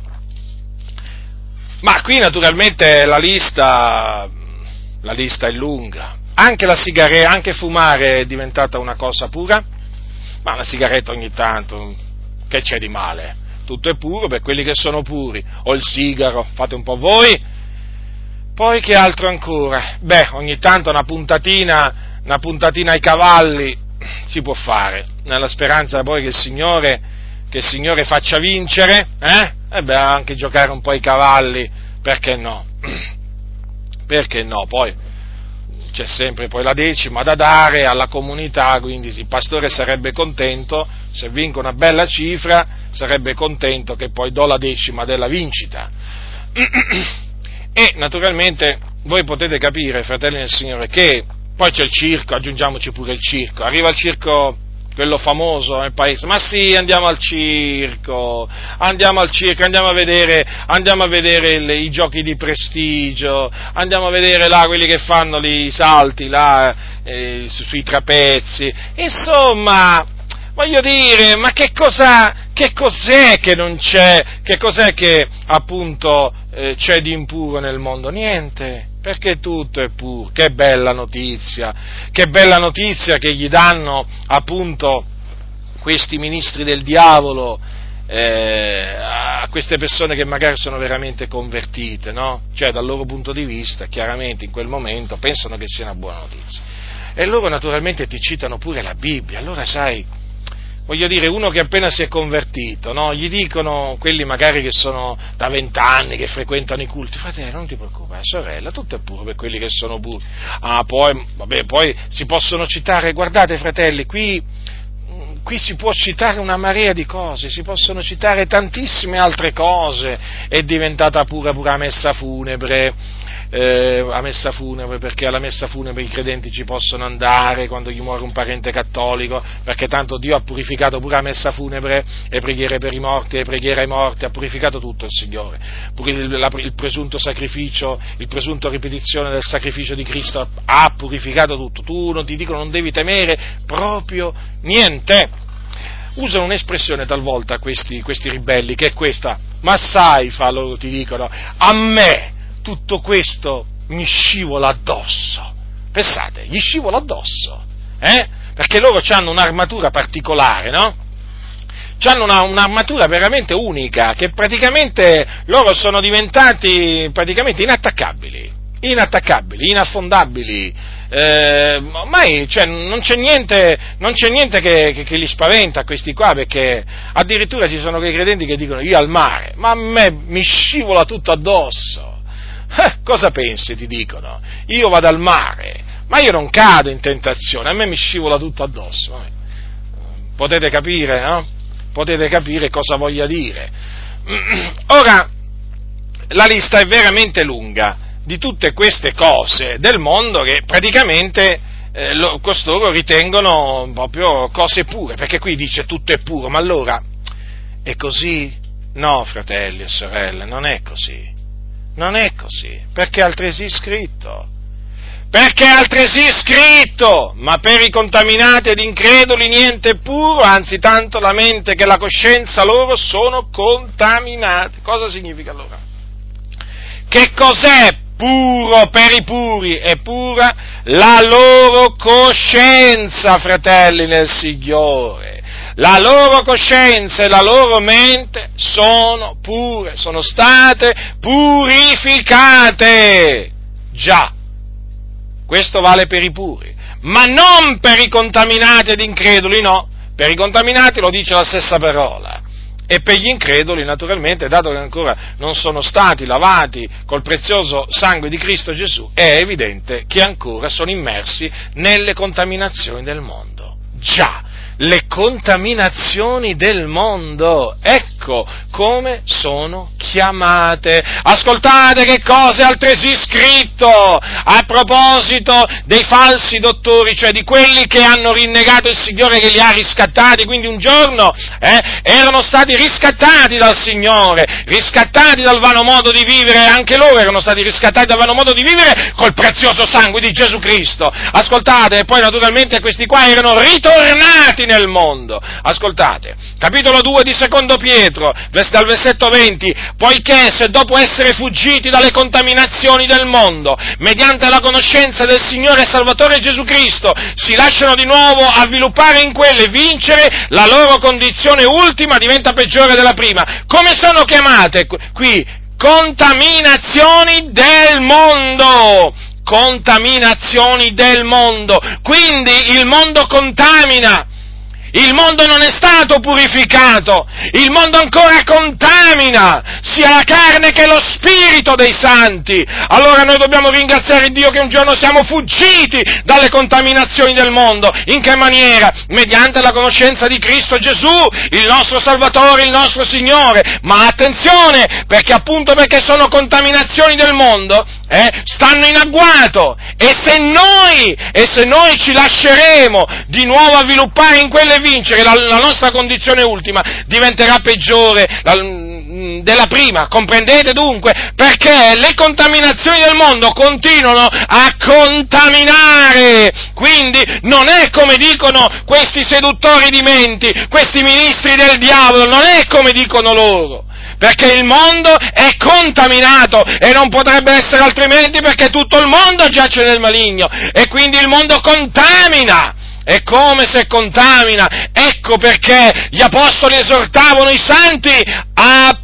Ma qui naturalmente la lista è lunga. Anche fumare è diventata una cosa pura, ma una sigaretta ogni tanto, che c'è di male? Tutto è puro per quelli che sono puri, o il sigaro, fate un po' voi. Poi che altro ancora? Ogni tanto una puntatina ai cavalli si può fare, nella speranza poi che il Signore faccia vincere, anche giocare un po' ai cavalli, perché no? Perché no? Poi c'è sempre poi la decima da dare alla comunità, quindi il pastore sarebbe contento, se vinco una bella cifra, sarebbe contento che poi do la decima della vincita. E naturalmente voi potete capire, fratelli del Signore, che poi c'è il circo, aggiungiamoci pure il circo, arriva il circo, quello famoso nel paese, ma sì, andiamo al circo, andiamo a vedere i giochi di prestigio, andiamo a vedere là quelli che fanno i salti là, sui trapezzi, insomma, voglio dire, ma che cos'è che non c'è, che cos'è che appunto c'è di impuro nel mondo? Niente, perché tutto è puro. Che bella notizia che gli danno appunto questi ministri del diavolo a queste persone che magari sono veramente convertite, no? Cioè dal loro punto di vista, chiaramente in quel momento pensano che sia una buona notizia. E loro naturalmente ti citano pure la Bibbia, allora sai, voglio dire, uno che appena si è convertito, no? Gli dicono quelli magari che sono da 20 anni, che frequentano i culti, fratello, non ti preoccupare, sorella, tutto è puro per quelli che sono puri. Poi si possono citare, guardate fratelli, qui si può citare una marea di cose, si possono citare tantissime altre cose, è diventata pure la messa funebre, perché alla messa funebre i credenti ci possono andare quando gli muore un parente cattolico, perché tanto Dio ha purificato pure la messa funebre, le preghiere per i morti, le preghiere ai morti, ha purificato tutto il Signore, pure il presunto sacrificio, il presunto ripetizione del sacrificio di Cristo ha purificato tutto. Tu non ti dicono, non devi temere proprio niente. Usano un'espressione talvolta questi ribelli, che è questa: ma sai, loro ti dicono, a me tutto questo mi scivola addosso. Pensate, gli scivola addosso, perché loro hanno un'armatura particolare, no? Hanno un'armatura veramente unica, che praticamente loro sono diventati praticamente inattaccabili, inaffondabili. Ormai non c'è niente che li spaventa a questi qua, perché addirittura ci sono quei credenti che dicono: io al mare, ma a me mi scivola tutto addosso. Cosa pensi, ti dicono? Io vado al mare, ma io non cado in tentazione, a me mi scivola tutto addosso. Potete capire, no? Potete capire cosa voglia dire. Ora, la lista è veramente lunga di tutte queste cose del mondo che praticamente costoro ritengono proprio cose pure, perché qui dice tutto è puro, ma allora è così? No, fratelli e sorelle, non è così. Non è così, perché è altresì scritto, ma per i contaminati ed increduli niente è puro, anzi tanto la mente che la coscienza loro sono contaminati. Cosa significa allora? Che cos'è puro per i puri? È pura la loro coscienza, fratelli nel Signore. La loro coscienza e la loro mente sono pure, sono state purificate. Già, questo vale per i puri, ma non per i contaminati ed increduli, no. Per i contaminati lo dice la stessa parola. E per gli increduli, naturalmente, dato che ancora non sono stati lavati col prezioso sangue di Cristo Gesù, è evidente che ancora sono immersi nelle contaminazioni del mondo. Già, le contaminazioni del mondo. Ecco come sono chiamate. Ascoltate che cosa è altresì scritto a proposito dei falsi dottori, cioè di quelli che hanno rinnegato il Signore che li ha riscattati, quindi un giorno erano stati riscattati dal Signore, riscattati dal vano modo di vivere, anche loro erano stati riscattati dal vano modo di vivere col prezioso sangue di Gesù Cristo. Ascoltate, e poi naturalmente questi qua erano ritornati nel mondo. Ascoltate, capitolo 2 di Secondo Pietro, dal versetto 20, poiché se dopo essere fuggiti dalle contaminazioni del mondo, mediante la conoscenza del Signore e Salvatore Gesù Cristo, si lasciano di nuovo avviluppare in quelle e vincere, la loro condizione ultima diventa peggiore della prima. Come sono chiamate qui? Contaminazioni del mondo! Contaminazioni del mondo! Quindi il mondo contamina! Il mondo non è stato purificato, il mondo ancora contamina, sia la carne che lo spirito dei santi. Allora noi dobbiamo ringraziare Dio che un giorno siamo fuggiti dalle contaminazioni del mondo. In che maniera? Mediante la conoscenza di Cristo Gesù, il nostro Salvatore, il nostro Signore. Ma attenzione, perché appunto perché sono contaminazioni del mondo, stanno in agguato. E se noi ci lasceremo di nuovo avviluppare in quelle vincere, la nostra condizione ultima diventerà peggiore della prima, comprendete dunque? Perché le contaminazioni del mondo continuano a contaminare, quindi non è come dicono questi seduttori di menti, questi ministri del diavolo, non è come dicono loro. Perché il mondo è contaminato e non potrebbe essere altrimenti, perché tutto il mondo giace nel maligno e quindi il mondo contamina. È come se contamina. Ecco perché gli apostoli esortavano i santi a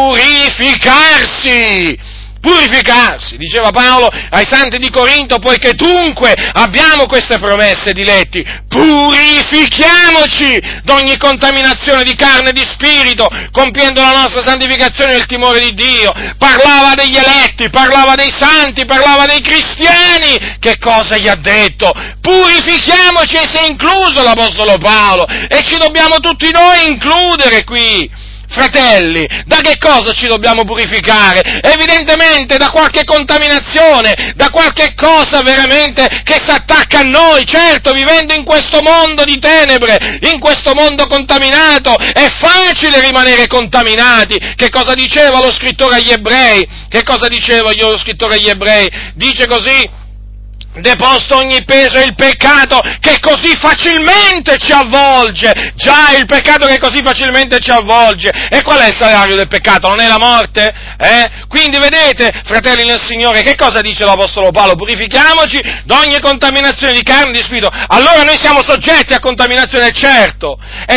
purificarsi. Purificarsi, diceva Paolo ai santi di Corinto, poiché dunque abbiamo queste promesse, diletti, purifichiamoci d'ogni contaminazione di carne e di spirito, compiendo la nostra santificazione nel timore di Dio. Parlava degli eletti, parlava dei santi, parlava dei cristiani. Che cosa gli ha detto? Purifichiamoci, e si è incluso l'apostolo Paolo, e ci dobbiamo tutti noi includere qui. Fratelli, da che cosa ci dobbiamo purificare? Evidentemente da qualche contaminazione, da qualche cosa veramente che si attacca a noi. Certo, vivendo in questo mondo di tenebre, in questo mondo contaminato, è facile rimanere contaminati. Che cosa diceva lo scrittore agli Ebrei? Che cosa diceva lo scrittore agli Ebrei? Dice così: deposto ogni peso e il peccato che così facilmente ci avvolge. Già, il peccato che così facilmente ci avvolge. E qual è il salario del peccato? Non è la morte? Quindi vedete, fratelli nel Signore, che cosa dice l'Apostolo Paolo? Purifichiamoci d'ogni contaminazione di carne e di spirito. Allora noi siamo soggetti a contaminazione, è certo.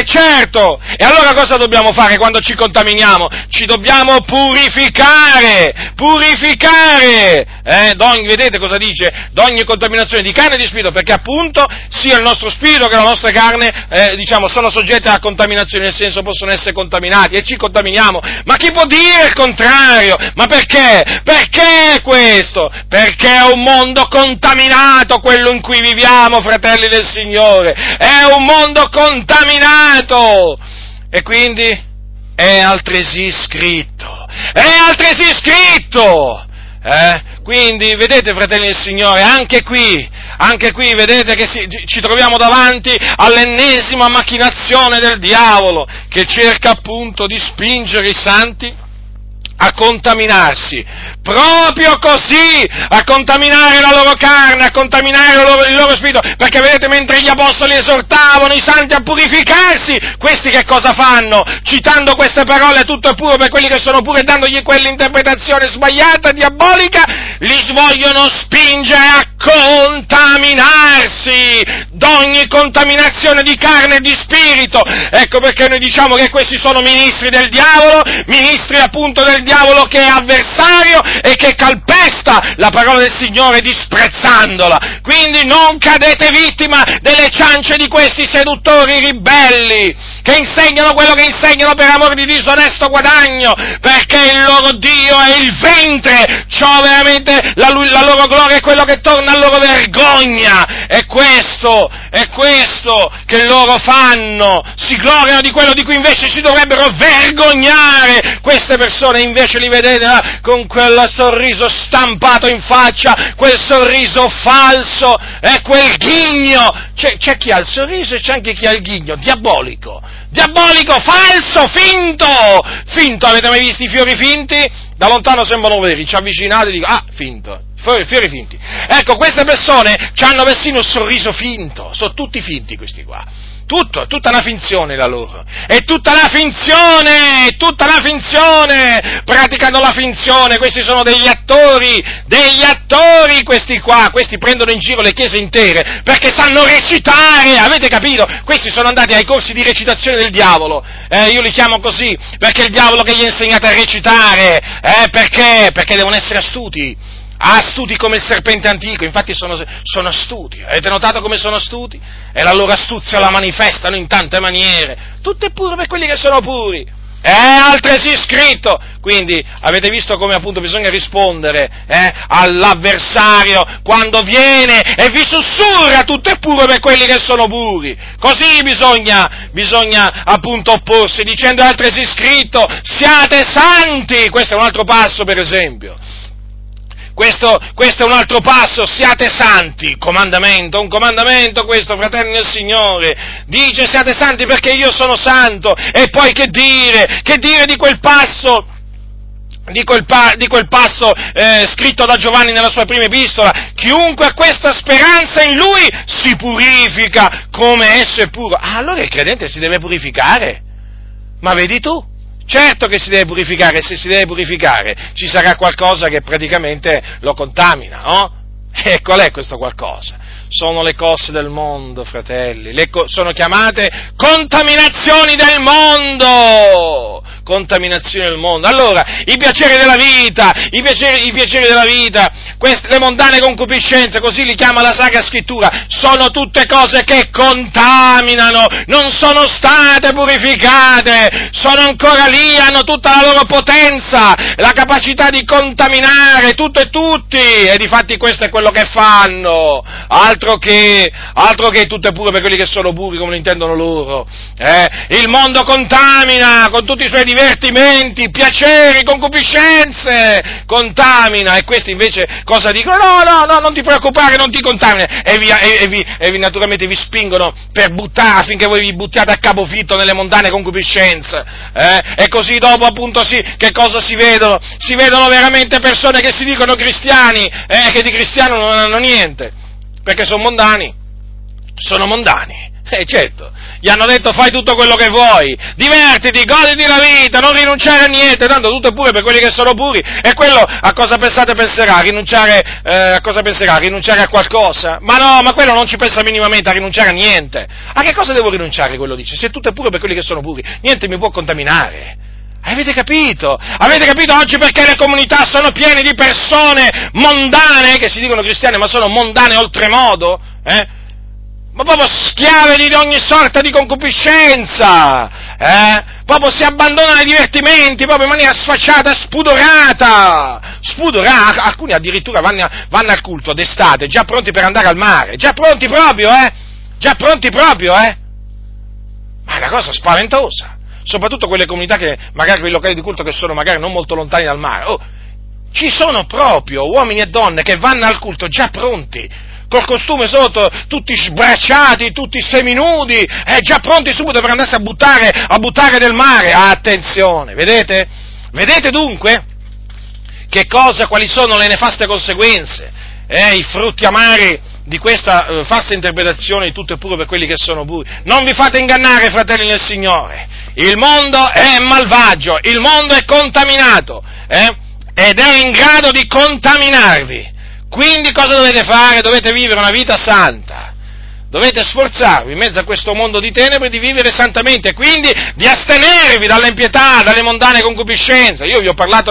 E allora cosa dobbiamo fare quando ci contaminiamo? Ci dobbiamo purificare. Vedete cosa dice? D'ogni contaminazione di carne e di spirito, perché appunto sia il nostro spirito che la nostra carne, sono soggetti a contaminazione, nel senso possono essere contaminati e ci contaminiamo. Ma chi può dire il contrario? Ma perché? Perché questo? Perché è un mondo contaminato quello in cui viviamo, fratelli del Signore. È un mondo contaminato. E quindi è altresì scritto. Quindi, vedete, fratelli del Signore, anche qui vedete che ci troviamo davanti all'ennesima macchinazione del diavolo, che cerca appunto di spingere i santi a contaminarsi, proprio così, a contaminare la loro carne, a contaminare il loro spirito, perché vedete, mentre gli apostoli esortavano i santi a purificarsi, questi che cosa fanno? Citando queste parole, tutto è puro per quelli che sono puri, e dandogli quell'interpretazione sbagliata, diabolica, li vogliono spingere a contaminarsi d'ogni contaminazione di carne e di spirito. Ecco perché noi diciamo che questi sono ministri del diavolo, ministri appunto del diavolo che è avversario e che calpesta la parola del Signore disprezzandola. Quindi non cadete vittima delle ciance di questi seduttori ribelli che insegnano quello che insegnano per amore di disonesto guadagno, perché il loro Dio è il ventre, ciò veramente la loro gloria è quello che torna a loro vergogna, è questo che loro fanno, si gloriano di quello di cui invece si dovrebbero vergognare. Queste persone invece li vedete là, con quel sorriso stampato in faccia, quel sorriso falso, quel ghigno, c'è chi ha il sorriso e c'è anche chi ha il ghigno, diabolico, falso, finto, avete mai visto i fiori finti? Da lontano sembrano veri, ci avvicinate e dico, finto, fiori finti. Ecco, queste persone hanno persino il sorriso finto, sono tutti finti questi qua. È tutta una finzione la loro, è tutta una finzione, praticano la finzione, questi sono degli attori questi qua, questi prendono in giro le chiese intere, perché sanno recitare, avete capito? Questi sono andati ai corsi di recitazione del diavolo, io li chiamo così, perché è il diavolo che gli ha insegnato a recitare, perché? Perché devono essere astuti come il serpente antico, infatti sono astuti, avete notato come sono astuti? E la loro astuzia la manifestano in tante maniere, tutto è puro per quelli che sono puri, altresì scritto, quindi avete visto come appunto bisogna rispondere all'avversario quando viene e vi sussurra tutto è puro per quelli che sono puri, così bisogna appunto opporsi, dicendo altresì scritto siate santi, questo è un altro passo per esempio. Questo è un altro passo, siate santi, un comandamento questo, fratelli nel Signore, dice siate santi perché io sono santo, e poi che dire di quel passo, scritto da Giovanni nella sua prima epistola, chiunque ha questa speranza in lui si purifica come esso è puro. Allora il credente si deve purificare, ma vedi tu? Certo che si deve purificare, e se si deve purificare ci sarà qualcosa che praticamente lo contamina, no? E qual è questo qualcosa? Sono le cose del mondo, fratelli, sono chiamate contaminazioni del mondo! Contaminazione del mondo. Allora, i piaceri della vita, le mondane concupiscenze, così li chiama la Sacra Scrittura, sono tutte cose che contaminano, non sono state purificate, sono ancora lì, hanno tutta la loro potenza, la capacità di contaminare tutto e tutti, e difatti questo è quello che fanno, altro che tutto è puro per quelli che sono puri, come lo intendono loro. Il mondo contamina con tutti i suoi divertimenti, piaceri, concupiscenze, contamina, e questi invece cosa dicono? No, non ti preoccupare, non ti contamina, e naturalmente vi spingono affinché voi vi buttiate a capofitto nelle mondane concupiscenze, e così dopo appunto che cosa si vedono? Si vedono veramente persone che si dicono cristiani, che di cristiano non hanno niente, perché sono mondani, certo, gli hanno detto fai tutto quello che vuoi, divertiti, goditi la vita, non rinunciare a niente, tanto tutto è pure per quelli che sono puri, e quello a cosa penserà? Rinunciare a qualcosa? Ma no, ma quello non ci pensa minimamente a rinunciare a niente. A che cosa devo rinunciare, quello dice? Se tutto è pure per quelli che sono puri, niente mi può contaminare. Avete capito? Oggi perché le comunità sono piene di persone mondane, che si dicono cristiane ma sono mondane oltremodo, ma proprio schiave di ogni sorta di concupiscenza, proprio si abbandonano ai divertimenti, proprio in maniera sfacciata, spudorata, alcuni addirittura vanno al culto d'estate, già pronti per andare al mare, già pronti proprio, ma è una cosa spaventosa. Soprattutto quelle comunità magari quei locali di culto che sono magari non molto lontani dal mare, ci sono proprio uomini e donne che vanno al culto già pronti, col costume sotto, tutti sbracciati, tutti seminudi, già pronti subito per andarsi a buttare nel mare. Attenzione, vedete? Vedete dunque quali sono le nefaste conseguenze, i frutti amari di questa falsa interpretazione di tutto è puro per quelli che sono puri. Non vi fate ingannare, fratelli nel Signore, il mondo è malvagio, il mondo è contaminato, ed è in grado di contaminarvi. Quindi cosa dovete fare? Dovete vivere una vita santa, dovete sforzarvi in mezzo a questo mondo di tenebre di vivere santamente, e quindi di astenervi dall'impietà, dalle mondane concupiscenze. Io vi ho parlato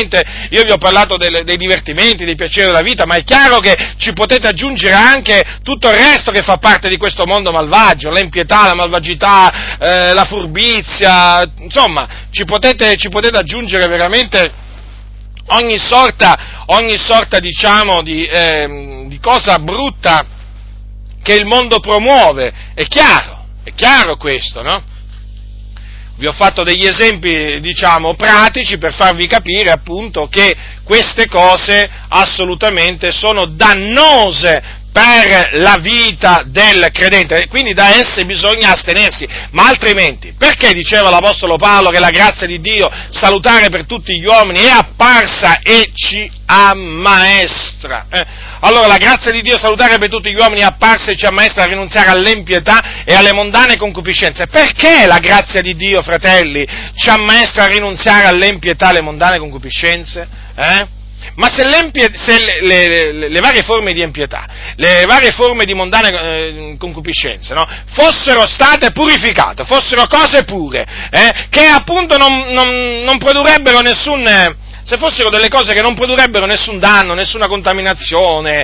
dei divertimenti, dei piaceri della vita, ma è chiaro che ci potete aggiungere anche tutto il resto che fa parte di questo mondo malvagio, l'impietà, la malvagità, la furbizia, insomma, ci potete aggiungere veramente ogni sorta diciamo di cosa brutta che il mondo promuove, è chiaro questo, no? Vi ho fatto degli esempi, pratici per farvi capire appunto che queste cose assolutamente sono dannose per la vita del credente, quindi da esse bisogna astenersi, ma altrimenti, perché diceva l'Apostolo Paolo che la grazia di Dio salutare per tutti gli uomini è apparsa e ci ammaestra? Allora la grazia di Dio salutare per tutti gli uomini è apparsa e ci ammaestra a rinunziare all'empietà e alle mondane concupiscenze. Perché la grazia di Dio, fratelli, ci ammaestra a rinunziare all'empietà e alle mondane concupiscenze? Ma se le varie forme di empietà, le varie forme di mondane concupiscenze, no, fossero state purificate, fossero cose pure, che appunto non produrrebbero se fossero delle cose che non produrrebbero nessun danno, nessuna contaminazione,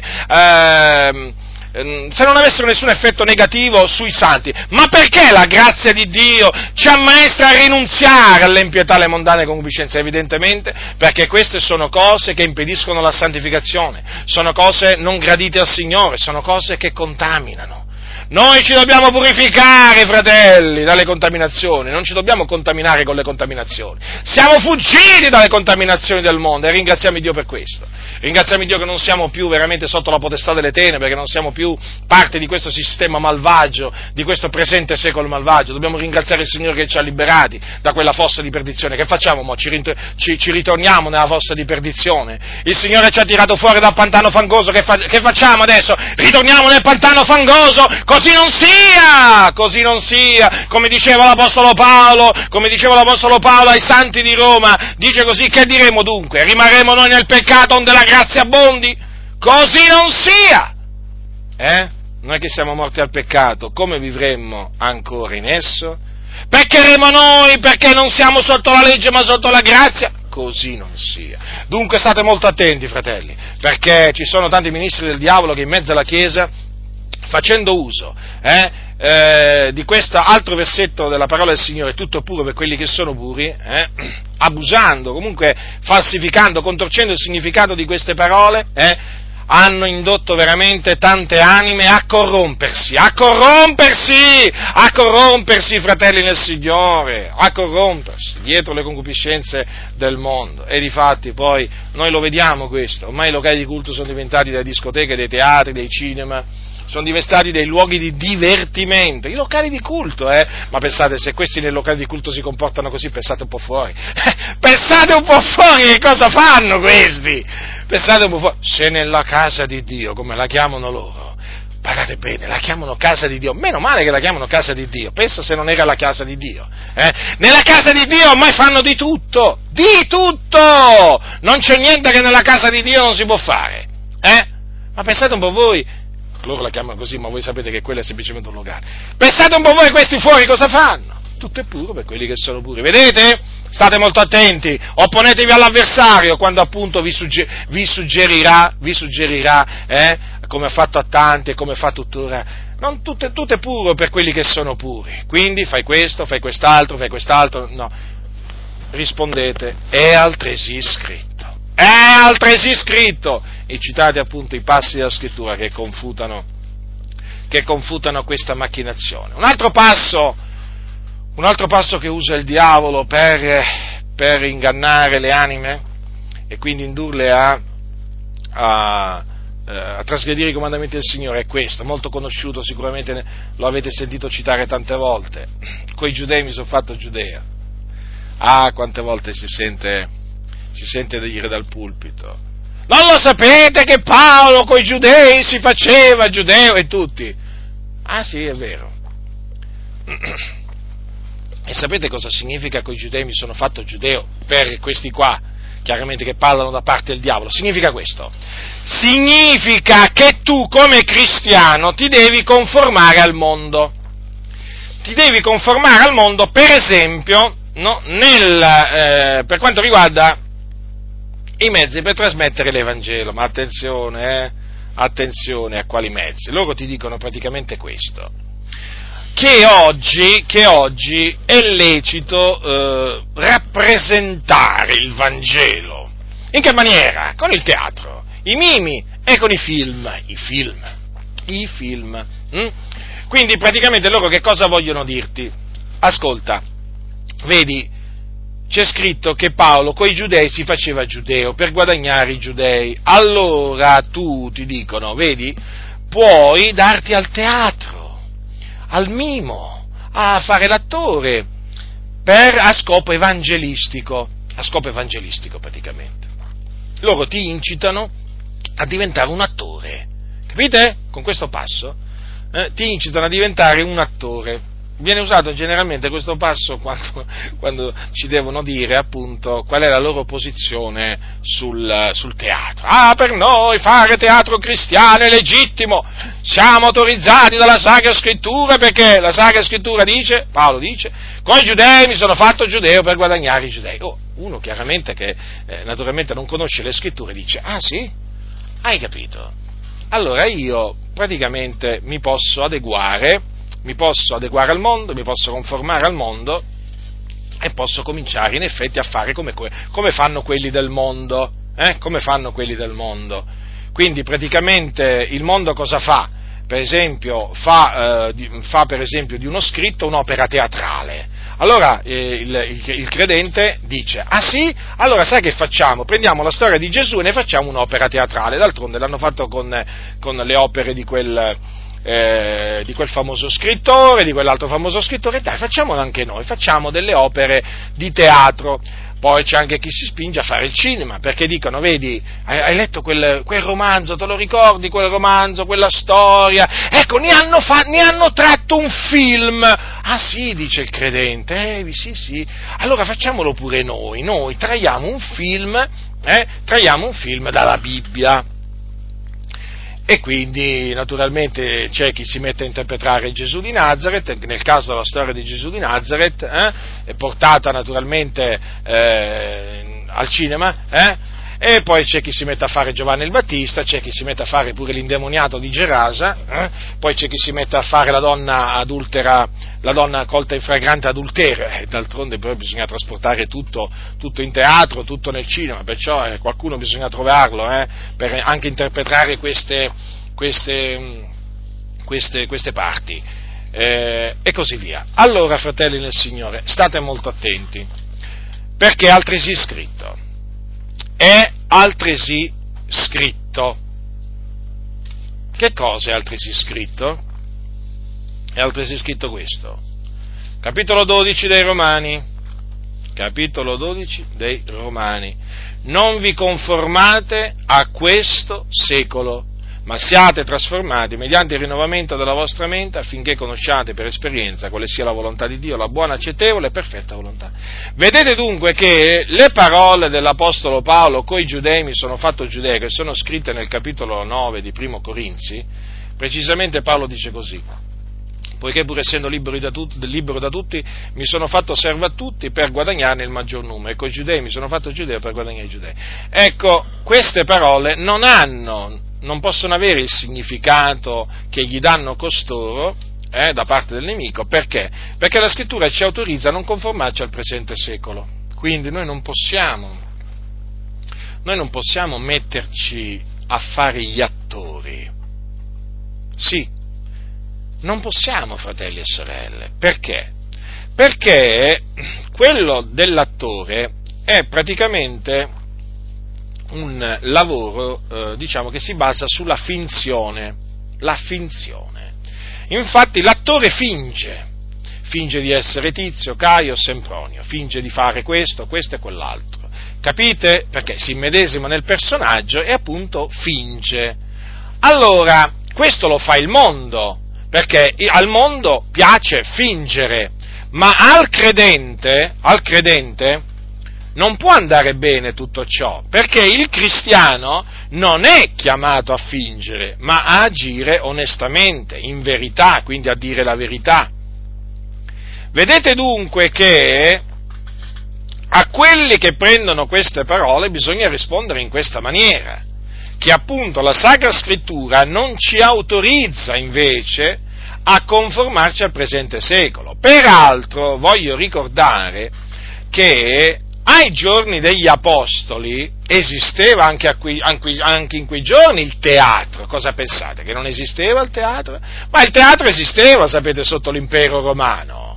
se non avessero nessun effetto negativo sui santi, ma perché la grazia di Dio ci ammaestra a rinunziare all'empietà e alle mondane concupiscenze? Evidentemente perché queste sono cose che impediscono la santificazione, sono cose non gradite al Signore, sono cose che contaminano. Noi ci dobbiamo purificare, fratelli, dalle contaminazioni, non ci dobbiamo contaminare con le contaminazioni. Siamo fuggiti dalle contaminazioni del mondo e ringraziamo Dio per questo. Ringraziamo Dio che non siamo più veramente sotto la potestà delle tenebre, che non siamo più parte di questo sistema malvagio, di questo presente secolo malvagio. Dobbiamo ringraziare il Signore che ci ha liberati da quella fossa di perdizione. Che facciamo mo? Ci ritorniamo nella fossa di perdizione? Il Signore ci ha tirato fuori dal pantano fangoso, che facciamo adesso? Ritorniamo nel pantano fangoso? Così non sia, come diceva l'Apostolo Paolo ai santi di Roma, dice così: che diremo dunque? Rimarremo noi nel peccato onde la grazia abbondi? Così non sia! Noi che siamo morti al peccato, come vivremmo ancora in esso? Peccheremo noi perché non siamo sotto la legge ma sotto la grazia? Così non sia. Dunque state molto attenti, fratelli, perché ci sono tanti ministri del diavolo che in mezzo alla Chiesa, facendo uso di questo altro versetto della parola del Signore, tutto è puro per quelli che sono puri, abusando, comunque falsificando, contorcendo il significato di queste parole, hanno indotto veramente tante anime a corrompersi, fratelli nel Signore, a corrompersi dietro le concupiscenze del mondo. E difatti poi noi lo vediamo questo, ormai i locali di culto sono diventati delle discoteche, dei teatri, dei cinema, sono diventati dei luoghi di divertimento, i locali di culto, ma pensate, se questi nei locali di culto si comportano così, pensate un po' fuori, che cosa fanno questi? Pensate un po' fuori, se nella casa di Dio, come la chiamano loro, badate bene, la chiamano casa di Dio, meno male che la chiamano casa di Dio, pensa se non era la casa di Dio, nella casa di Dio ormai fanno di tutto, non c'è niente che nella casa di Dio non si può fare, ma pensate un po' voi, loro la chiamano così, ma voi sapete che quello è semplicemente un locale. Pensate un po' voi questi fuori cosa fanno? Tutto è puro per quelli che sono puri. Vedete? State molto attenti, opponetevi all'avversario quando appunto vi suggerirà, come ha fatto a tanti e come fa tuttora. Non tutto è puro per quelli che sono puri. Quindi fai questo, fai quest'altro, no. Rispondete, è altresì scritto, e citate appunto i passi della Scrittura che confutano questa macchinazione. Un altro passo che usa il diavolo per ingannare le anime e quindi indurle a trasgredire i comandamenti del Signore è questo, molto conosciuto, sicuramente lo avete sentito citare tante volte: coi giudei mi sono fatto Giudea. Quante volte si sente dire dal pulpito: non lo sapete che Paolo coi giudei si faceva giudeo? E tutti: sì, è vero. E sapete cosa significa coi giudei mi sono fatto giudeo? Per questi qua, chiaramente, che parlano da parte del diavolo, significa questo: significa che tu come cristiano ti devi conformare al mondo, per esempio, no, per quanto riguarda i mezzi per trasmettere l'Evangelo. Ma attenzione a quali mezzi. Loro ti dicono praticamente questo: che oggi è lecito rappresentare il Vangelo. In che maniera? Con il teatro, i mimi e con i film. i film. Quindi praticamente loro che cosa vogliono dirti? Ascolta, vedi, c'è scritto che Paolo coi giudei si faceva giudeo per guadagnare i giudei. Allora tu, ti dicono, vedi, puoi darti al teatro, al mimo, a fare l'attore a scopo evangelistico praticamente. Loro ti incitano a diventare un attore, capite? Con questo passo ti incitano a diventare un attore. Viene usato generalmente questo passo quando ci devono dire appunto qual è la loro posizione sul teatro. Per noi fare teatro cristiano è legittimo, siamo autorizzati dalla Sacra Scrittura, perché la Sacra Scrittura dice, Paolo dice, con i giudei mi sono fatto giudeo per guadagnare i giudei. Uno chiaramente che naturalmente non conosce le Scritture dice, sì? Hai capito? Allora io praticamente mi posso adeguare al mondo, mi posso conformare al mondo e posso cominciare in effetti a fare come fanno quelli del mondo, come fanno quelli del mondo. Quindi praticamente il mondo cosa fa? Per esempio fa per esempio di uno scritto un'opera teatrale. Allora il credente dice, sì? Allora sai che facciamo? Prendiamo la storia di Gesù e ne facciamo un'opera teatrale, d'altronde l'hanno fatto con le opere di quel famoso scrittore, di quell'altro famoso scrittore, dai, facciamolo anche noi, facciamo delle opere di teatro. Poi c'è anche chi si spinge a fare il cinema, perché dicono, vedi, hai letto quel romanzo, te lo ricordi quel romanzo, quella storia? Ecco, ne hanno tratto un film. Sì, dice il credente, sì, allora facciamolo pure noi traiamo un film dalla Bibbia. E quindi naturalmente c'è chi si mette a interpretare Gesù di Nazaret, nel caso della storia di Gesù di Nazaret, è portata naturalmente al cinema, e poi c'è chi si mette a fare Giovanni il Battista, c'è chi si mette a fare pure l'indemoniato di Gerasa, poi c'è chi si mette a fare la donna adultera, la donna colta in flagrante adulterio, d'altronde poi bisogna trasportare tutto in teatro, tutto nel cinema, perciò qualcuno bisogna trovarlo per anche interpretare queste parti, e così via. Allora, fratelli nel Signore, state molto attenti, perché è altresì scritto. Che cosa è altresì scritto? È altresì scritto questo. Capitolo 12 dei Romani. Non vi conformate a questo secolo, ma siate trasformati mediante il rinnovamento della vostra mente, affinché conosciate per esperienza quale sia la volontà di Dio, la buona, accettevole e perfetta volontà. Vedete dunque che le parole dell'Apostolo Paolo coi giudei mi sono fatto giudeo, che sono scritte nel capitolo 9 di Primo Corinzi, precisamente Paolo dice così: poiché pur essendo libero da tutti, mi sono fatto servo a tutti per guadagnarne il maggior numero, e coi giudei mi sono fatto giudeo per guadagnare i giudei. Ecco, queste parole non possono avere il significato che gli danno costoro da parte del nemico. Perché? Perché la Scrittura ci autorizza a non conformarci al presente secolo. Quindi noi non possiamo metterci a fare gli attori. Sì, non possiamo, fratelli e sorelle. Perché? Perché quello dell'attore è praticamente un lavoro, che si basa sulla finzione, la finzione. Infatti l'attore finge di essere Tizio, Caio, Sempronio, finge di fare questo e quell'altro, capite? Perché si immedesima nel personaggio e appunto finge. Allora, questo lo fa il mondo, perché al mondo piace fingere, ma al credente non può andare bene tutto ciò, perché il cristiano non è chiamato a fingere, ma a agire onestamente, in verità, quindi a dire la verità. Vedete dunque che a quelli che prendono queste parole bisogna rispondere in questa maniera, che appunto la Sacra Scrittura non ci autorizza invece a conformarci al presente secolo. Peraltro voglio ricordare che ai giorni degli Apostoli esisteva anche in quei giorni il teatro. Cosa pensate? Che non esisteva il teatro? Ma il teatro esisteva, sapete, sotto l'impero romano.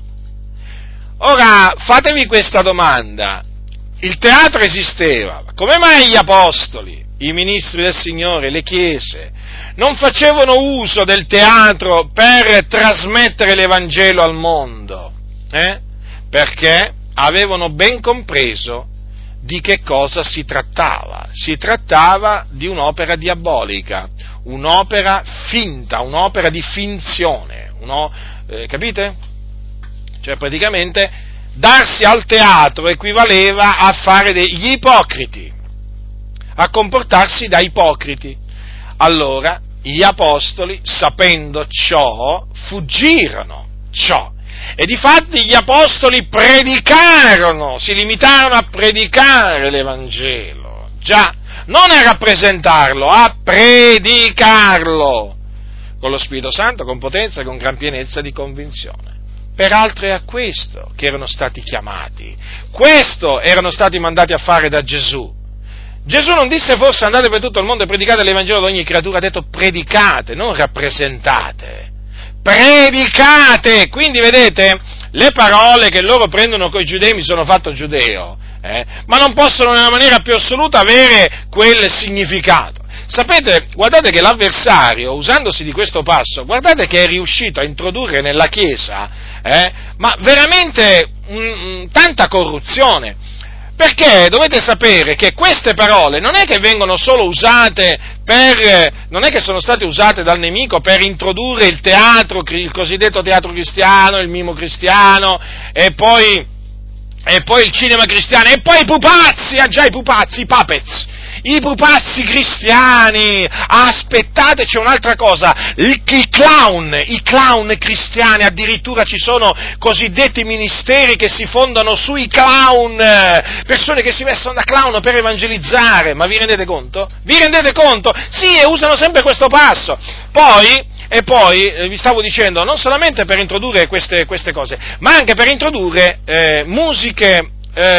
Ora, fatevi questa domanda. Il teatro esisteva, come mai gli Apostoli, i ministri del Signore, le chiese, non facevano uso del teatro per trasmettere l'Evangelo al mondo? Perché avevano ben compreso di che cosa si trattava. Si trattava di un'opera diabolica, un'opera finta, un'opera di finzione, capite? Cioè praticamente darsi al teatro equivaleva a fare degli ipocriti, a comportarsi da ipocriti. Allora gli apostoli, sapendo ciò, fuggirono ciò. E difatti gli apostoli predicarono, si limitarono a predicare l'Evangelo, già, non a rappresentarlo, a predicarlo, con lo Spirito Santo, con potenza e con gran pienezza di convinzione. Peraltro è a questo che erano stati chiamati, questo erano stati mandati a fare da Gesù. Gesù non disse forse andate per tutto il mondo e predicate l'Evangelo ad ogni creatura, ha detto predicate, non rappresentate. Predicate! Quindi vedete, le parole che loro prendono coi giudei, mi sono fatto giudeo, ma non possono nella maniera più assoluta avere quel significato. Sapete, guardate che l'avversario, usandosi di questo passo, guardate che è riuscito a introdurre nella Chiesa, ma veramente tanta corruzione. Perché dovete sapere che queste parole non è che vengono solo usate non è che sono state usate dal nemico per introdurre il teatro, il cosiddetto teatro cristiano, il mimo cristiano, e poi il cinema cristiano, e poi i pupazzi, i pupazzi, i pupazzi cristiani. Aspettate, c'è un'altra cosa, i clown cristiani, addirittura ci sono cosiddetti ministeri che si fondano sui clown, persone che si vestono da clown per evangelizzare. Ma vi rendete conto? Vi rendete conto? Sì, e usano sempre questo passo. Poi vi stavo dicendo, non solamente per introdurre queste cose, ma anche per introdurre musiche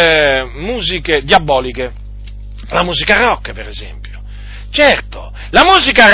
diaboliche, la musica rock per esempio. Certo, la musica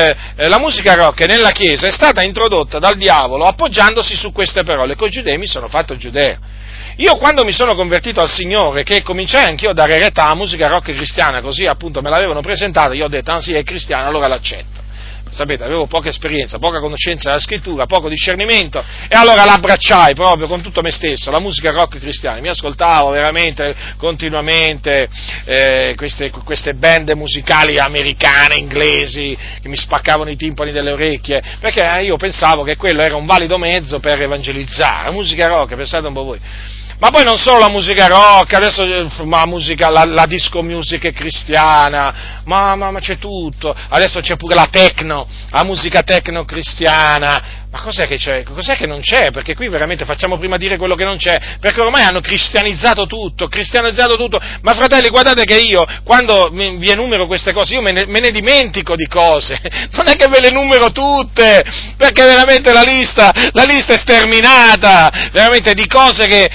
rock nella Chiesa è stata introdotta dal diavolo appoggiandosi su queste parole: coi giudei mi sono fatto giudeo. Io quando mi sono convertito al Signore, che cominciai anch'io a dare retta alla musica rock cristiana, così appunto me l'avevano presentata, io ho detto, ah sì, è cristiana, allora l'accetto. Sapete, avevo poca esperienza, poca conoscenza della scrittura, poco discernimento, e allora l'abbracciai proprio con tutto me stesso, la musica rock cristiana. Mi ascoltavo veramente continuamente queste band musicali americane, inglesi, che mi spaccavano i timpani delle orecchie, perché io pensavo che quello era un valido mezzo per evangelizzare. La musica rock, pensate un po' voi. Ma poi non solo la musica rock, adesso la disco music cristiana, ma c'è tutto, adesso c'è pure la musica techno cristiana. Ma cos'è che c'è? Cos'è che non c'è? Perché qui veramente facciamo prima dire quello che non c'è, perché ormai hanno cristianizzato tutto, ma fratelli, guardate che io, quando vi enumero queste cose, io me ne dimentico di cose, non è che ve le numero tutte, perché veramente la lista è sterminata, veramente di cose che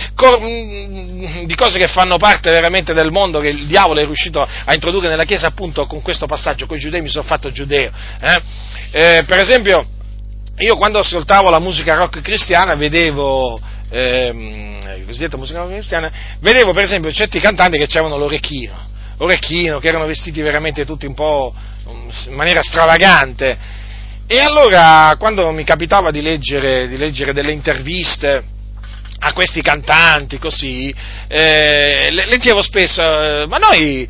fanno parte veramente del mondo, che il diavolo è riuscito a introdurre nella Chiesa appunto con questo passaggio: coi giudei mi sono fatto giudeo. Per esempio, io quando ascoltavo la musica rock cristiana vedevo, cosiddetta musica rock cristiana, vedevo per esempio certi cantanti che avevano l'orecchino, che erano vestiti veramente tutti un po' in maniera stravagante, e allora quando mi capitava di leggere delle interviste a questi cantanti così, leggevo spesso, ma noi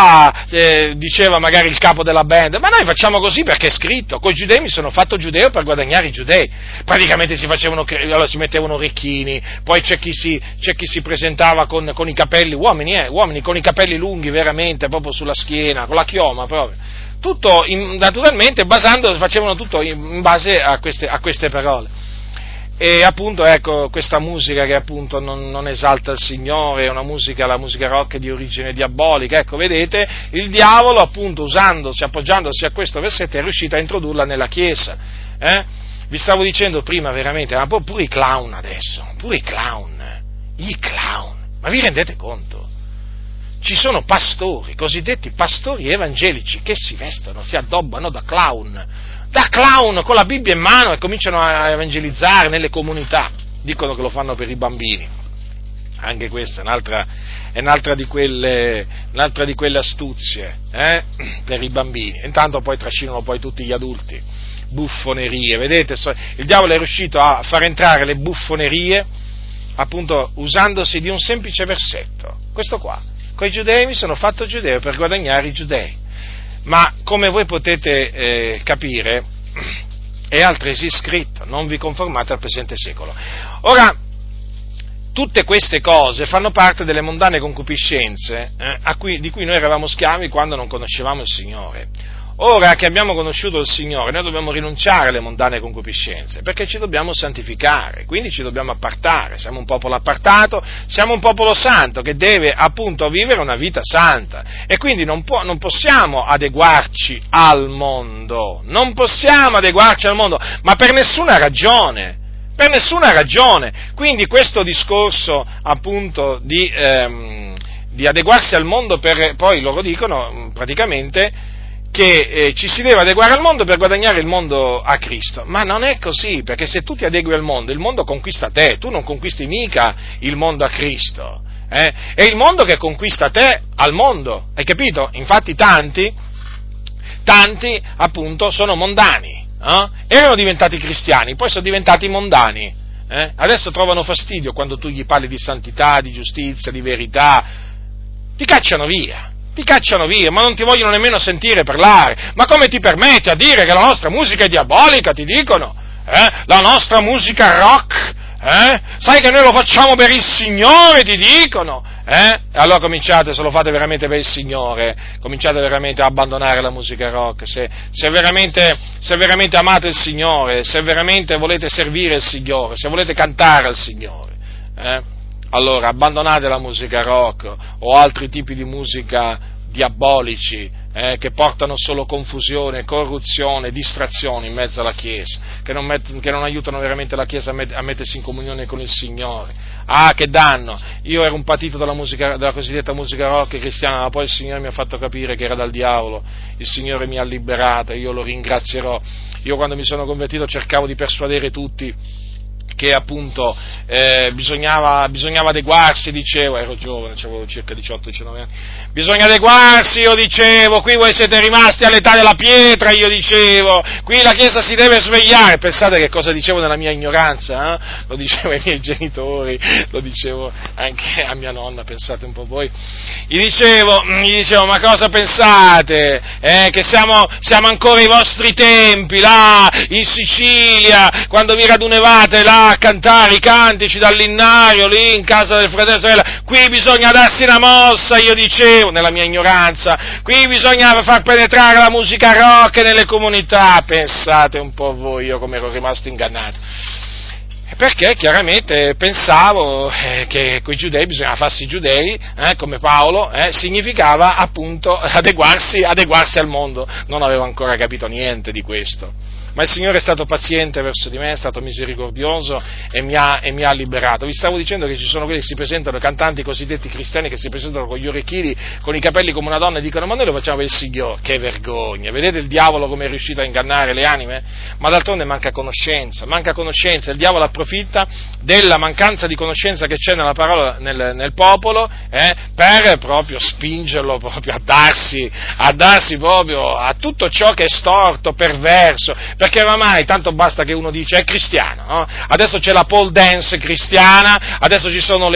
diceva magari il capo della band, ma noi facciamo così perché è scritto: coi giudei mi sono fatto giudeo per guadagnare i giudei. Praticamente allora si mettevano orecchini, poi c'è chi si presentava con i capelli, uomini con i capelli lunghi veramente, proprio sulla schiena, con la chioma proprio. Tutto naturalmente facevano tutto in base a queste parole. E appunto, ecco, questa musica che appunto non esalta il Signore, è la musica rock di origine diabolica. Ecco, vedete, il diavolo appunto appoggiandosi a questo versetto è riuscito a introdurla nella Chiesa. Vi stavo dicendo prima veramente, ma pure i clown adesso, i clown, ma vi rendete conto? ci sono pastori, cosiddetti pastori evangelici, che si vestono, si addobbano da clown con la Bibbia in mano e cominciano a evangelizzare nelle comunità, dicono che lo fanno per i bambini. Anche questa è un'altra di quelle astuzie, per i bambini. Intanto poi trascinano poi tutti gli adulti, buffonerie, vedete, il diavolo è riuscito a far entrare le buffonerie, appunto, usandosi di un semplice versetto, questo qua: coi giudei mi sono fatto giudeo per guadagnare i giudei. Ma come voi potete capire, è altresì scritto: non vi conformate al presente secolo. Ora, tutte queste cose fanno parte delle mondane concupiscenze di cui noi eravamo schiavi quando non conoscevamo il Signore. Ora che abbiamo conosciuto il Signore, noi dobbiamo rinunciare alle mondane concupiscenze, perché ci dobbiamo santificare, quindi ci dobbiamo appartare. Siamo un popolo appartato, siamo un popolo santo che deve appunto vivere una vita santa, e quindi non possiamo adeguarci al mondo, ma per nessuna ragione. Quindi questo discorso appunto di adeguarsi al mondo, poi loro dicono praticamente che ci si deve adeguare al mondo per guadagnare il mondo a Cristo, ma non è così, perché se tu ti adegui al mondo, il mondo conquista te, tu non conquisti mica il mondo a Cristo, è il mondo che conquista te al mondo, hai capito? Infatti tanti appunto sono mondani. Erano diventati cristiani, poi sono diventati mondani. Adesso trovano fastidio quando tu gli parli di santità, di giustizia, di verità. Ti cacciano via, ma non ti vogliono nemmeno sentire parlare. Ma come ti permetti a dire che la nostra musica è diabolica, ti dicono? La nostra musica rock? Sai che noi lo facciamo per il Signore, ti dicono? E allora cominciate, se lo fate veramente per il Signore, cominciate veramente a abbandonare la musica rock, se veramente amate il Signore, se veramente volete servire il Signore, se volete cantare al Signore, allora abbandonate la musica rock o altri tipi di musica diabolici, che portano solo confusione, corruzione, distrazione in mezzo alla Chiesa, che non aiutano veramente la Chiesa a mettersi in comunione con il Signore. Ah, che danno! Io ero un patito della cosiddetta musica rock cristiana, ma poi il Signore mi ha fatto capire che era dal diavolo, il Signore mi ha liberato e io lo ringrazierò. Io quando mi sono convertito cercavo di persuadere tutti che appunto bisognava adeguarsi, dicevo, ero giovane, avevo circa 18-19 anni, bisogna adeguarsi, io dicevo, qui voi siete rimasti all'età della pietra, io dicevo, qui la Chiesa si deve svegliare. Pensate che cosa dicevo nella mia ignoranza, lo dicevo ai miei genitori, lo dicevo anche a mia nonna, pensate un po' voi, gli dicevo, ma cosa pensate, che siamo ancora ai vostri tempi, là, in Sicilia, quando vi radunevate là a cantare i cantici dall'innario lì in casa del fratello sorella, qui bisogna darsi una mossa, io dicevo nella mia ignoranza, qui bisogna far penetrare la musica rock nelle comunità. Pensate un po' voi, io come ero rimasto ingannato, perché chiaramente pensavo che coi giudei bisognava farsi giudei, come Paolo, significava appunto adeguarsi al mondo. Non avevo ancora capito niente di questo, ma il Signore è stato paziente verso di me, è stato misericordioso e mi ha liberato. Vi stavo dicendo che ci sono quelli che si presentano, cantanti cosiddetti cristiani, che si presentano con gli orecchini, con i capelli come una donna e dicono: ma noi lo facciamo per il Signore. Che vergogna! Vedete il diavolo come è riuscito a ingannare le anime? Ma d'altronde manca conoscenza, il diavolo approfitta della mancanza di conoscenza che c'è nella parola, nel popolo, per proprio spingerlo proprio a darsi proprio a tutto ciò che è storto, perverso, perché oramai tanto basta che uno dice è cristiano, no? Adesso c'è la pole dance cristiana, adesso ci sono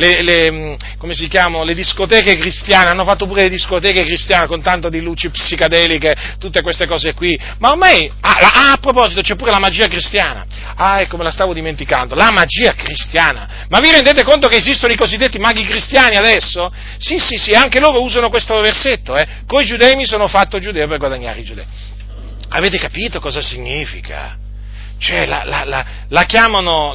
come si chiamano, le discoteche cristiane, hanno fatto pure le discoteche cristiane con tanto di luci psichedeliche, tutte queste cose qui, ma ormai, a proposito, c'è pure la magia cristiana, ecco, me la stavo dimenticando, la magia cristiana, ma vi rendete conto che esistono i cosiddetti maghi cristiani adesso? Sì, anche loro usano questo versetto, coi giudei mi sono fatto giudeo per guadagnare i giudei. Avete capito cosa significa? Cioè, la chiamano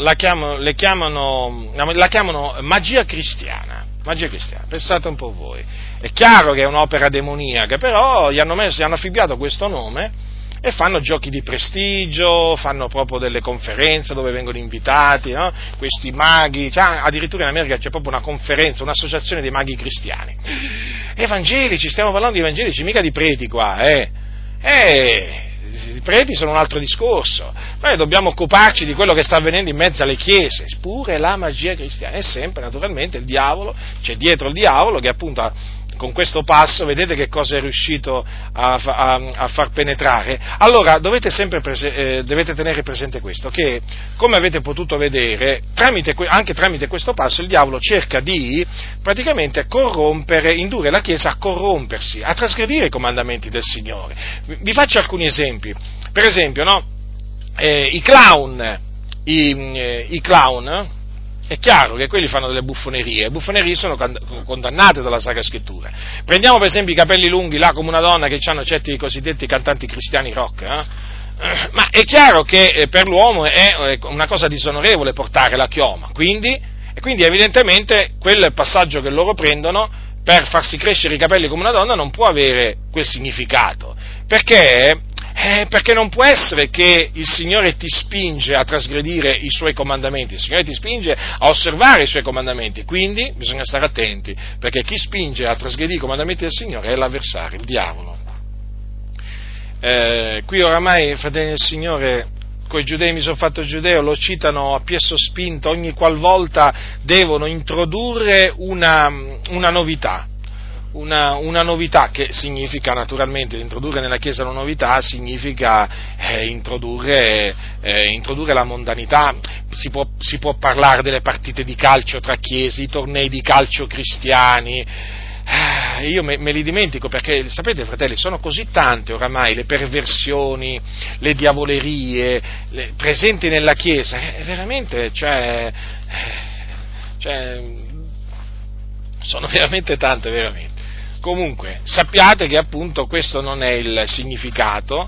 magia cristiana, pensate un po' voi. È chiaro che è un'opera demoniaca, però gli hanno affibbiato questo nome e fanno giochi di prestigio, fanno proprio delle conferenze dove vengono invitati, no? Questi maghi, addirittura in America c'è proprio una conferenza, un'associazione dei maghi cristiani. evangelici, stiamo parlando di evangelici, mica di preti qua, i preti sono un altro discorso, noi dobbiamo occuparci di quello che sta avvenendo in mezzo alle chiese, pure la magia cristiana, è sempre naturalmente il diavolo, c'è dietro il diavolo che appunto con questo passo vedete che cosa è riuscito a far penetrare. Allora dovete tenere presente questo, che come avete potuto vedere, anche tramite questo passo il diavolo cerca di praticamente indurre la Chiesa a corrompersi, a trasgredire i comandamenti del Signore. Vi faccio alcuni esempi. Per esempio, no? I clown, è chiaro che quelli fanno delle buffonerie, le buffonerie sono condannate dalla Sacra Scrittura. Prendiamo per esempio i capelli lunghi, là come una donna che hanno certi cosiddetti cantanti cristiani rock, ma è chiaro che per l'uomo è una cosa disonorevole portare la chioma, quindi evidentemente quel passaggio che loro prendono per farsi crescere i capelli come una donna non può avere quel significato, perché non può essere che il Signore ti spinge a trasgredire i Suoi comandamenti, il Signore ti spinge a osservare i Suoi comandamenti, quindi bisogna stare attenti, perché chi spinge a trasgredire i comandamenti del Signore è l'avversario, il diavolo. Qui oramai, fratelli del Signore, coi giudei mi sono fatto giudeo, lo citano a piè sospinto ogni qualvolta devono introdurre una novità. Una novità che significa naturalmente, introdurre nella Chiesa una novità significa introdurre la mondanità. Si può parlare delle partite di calcio tra chiese, i tornei di calcio cristiani. Io me li dimentico perché, sapete fratelli, sono così tante oramai le perversioni, le diavolerie presenti nella Chiesa, veramente, sono veramente tante, veramente. Comunque, sappiate che appunto questo non è il significato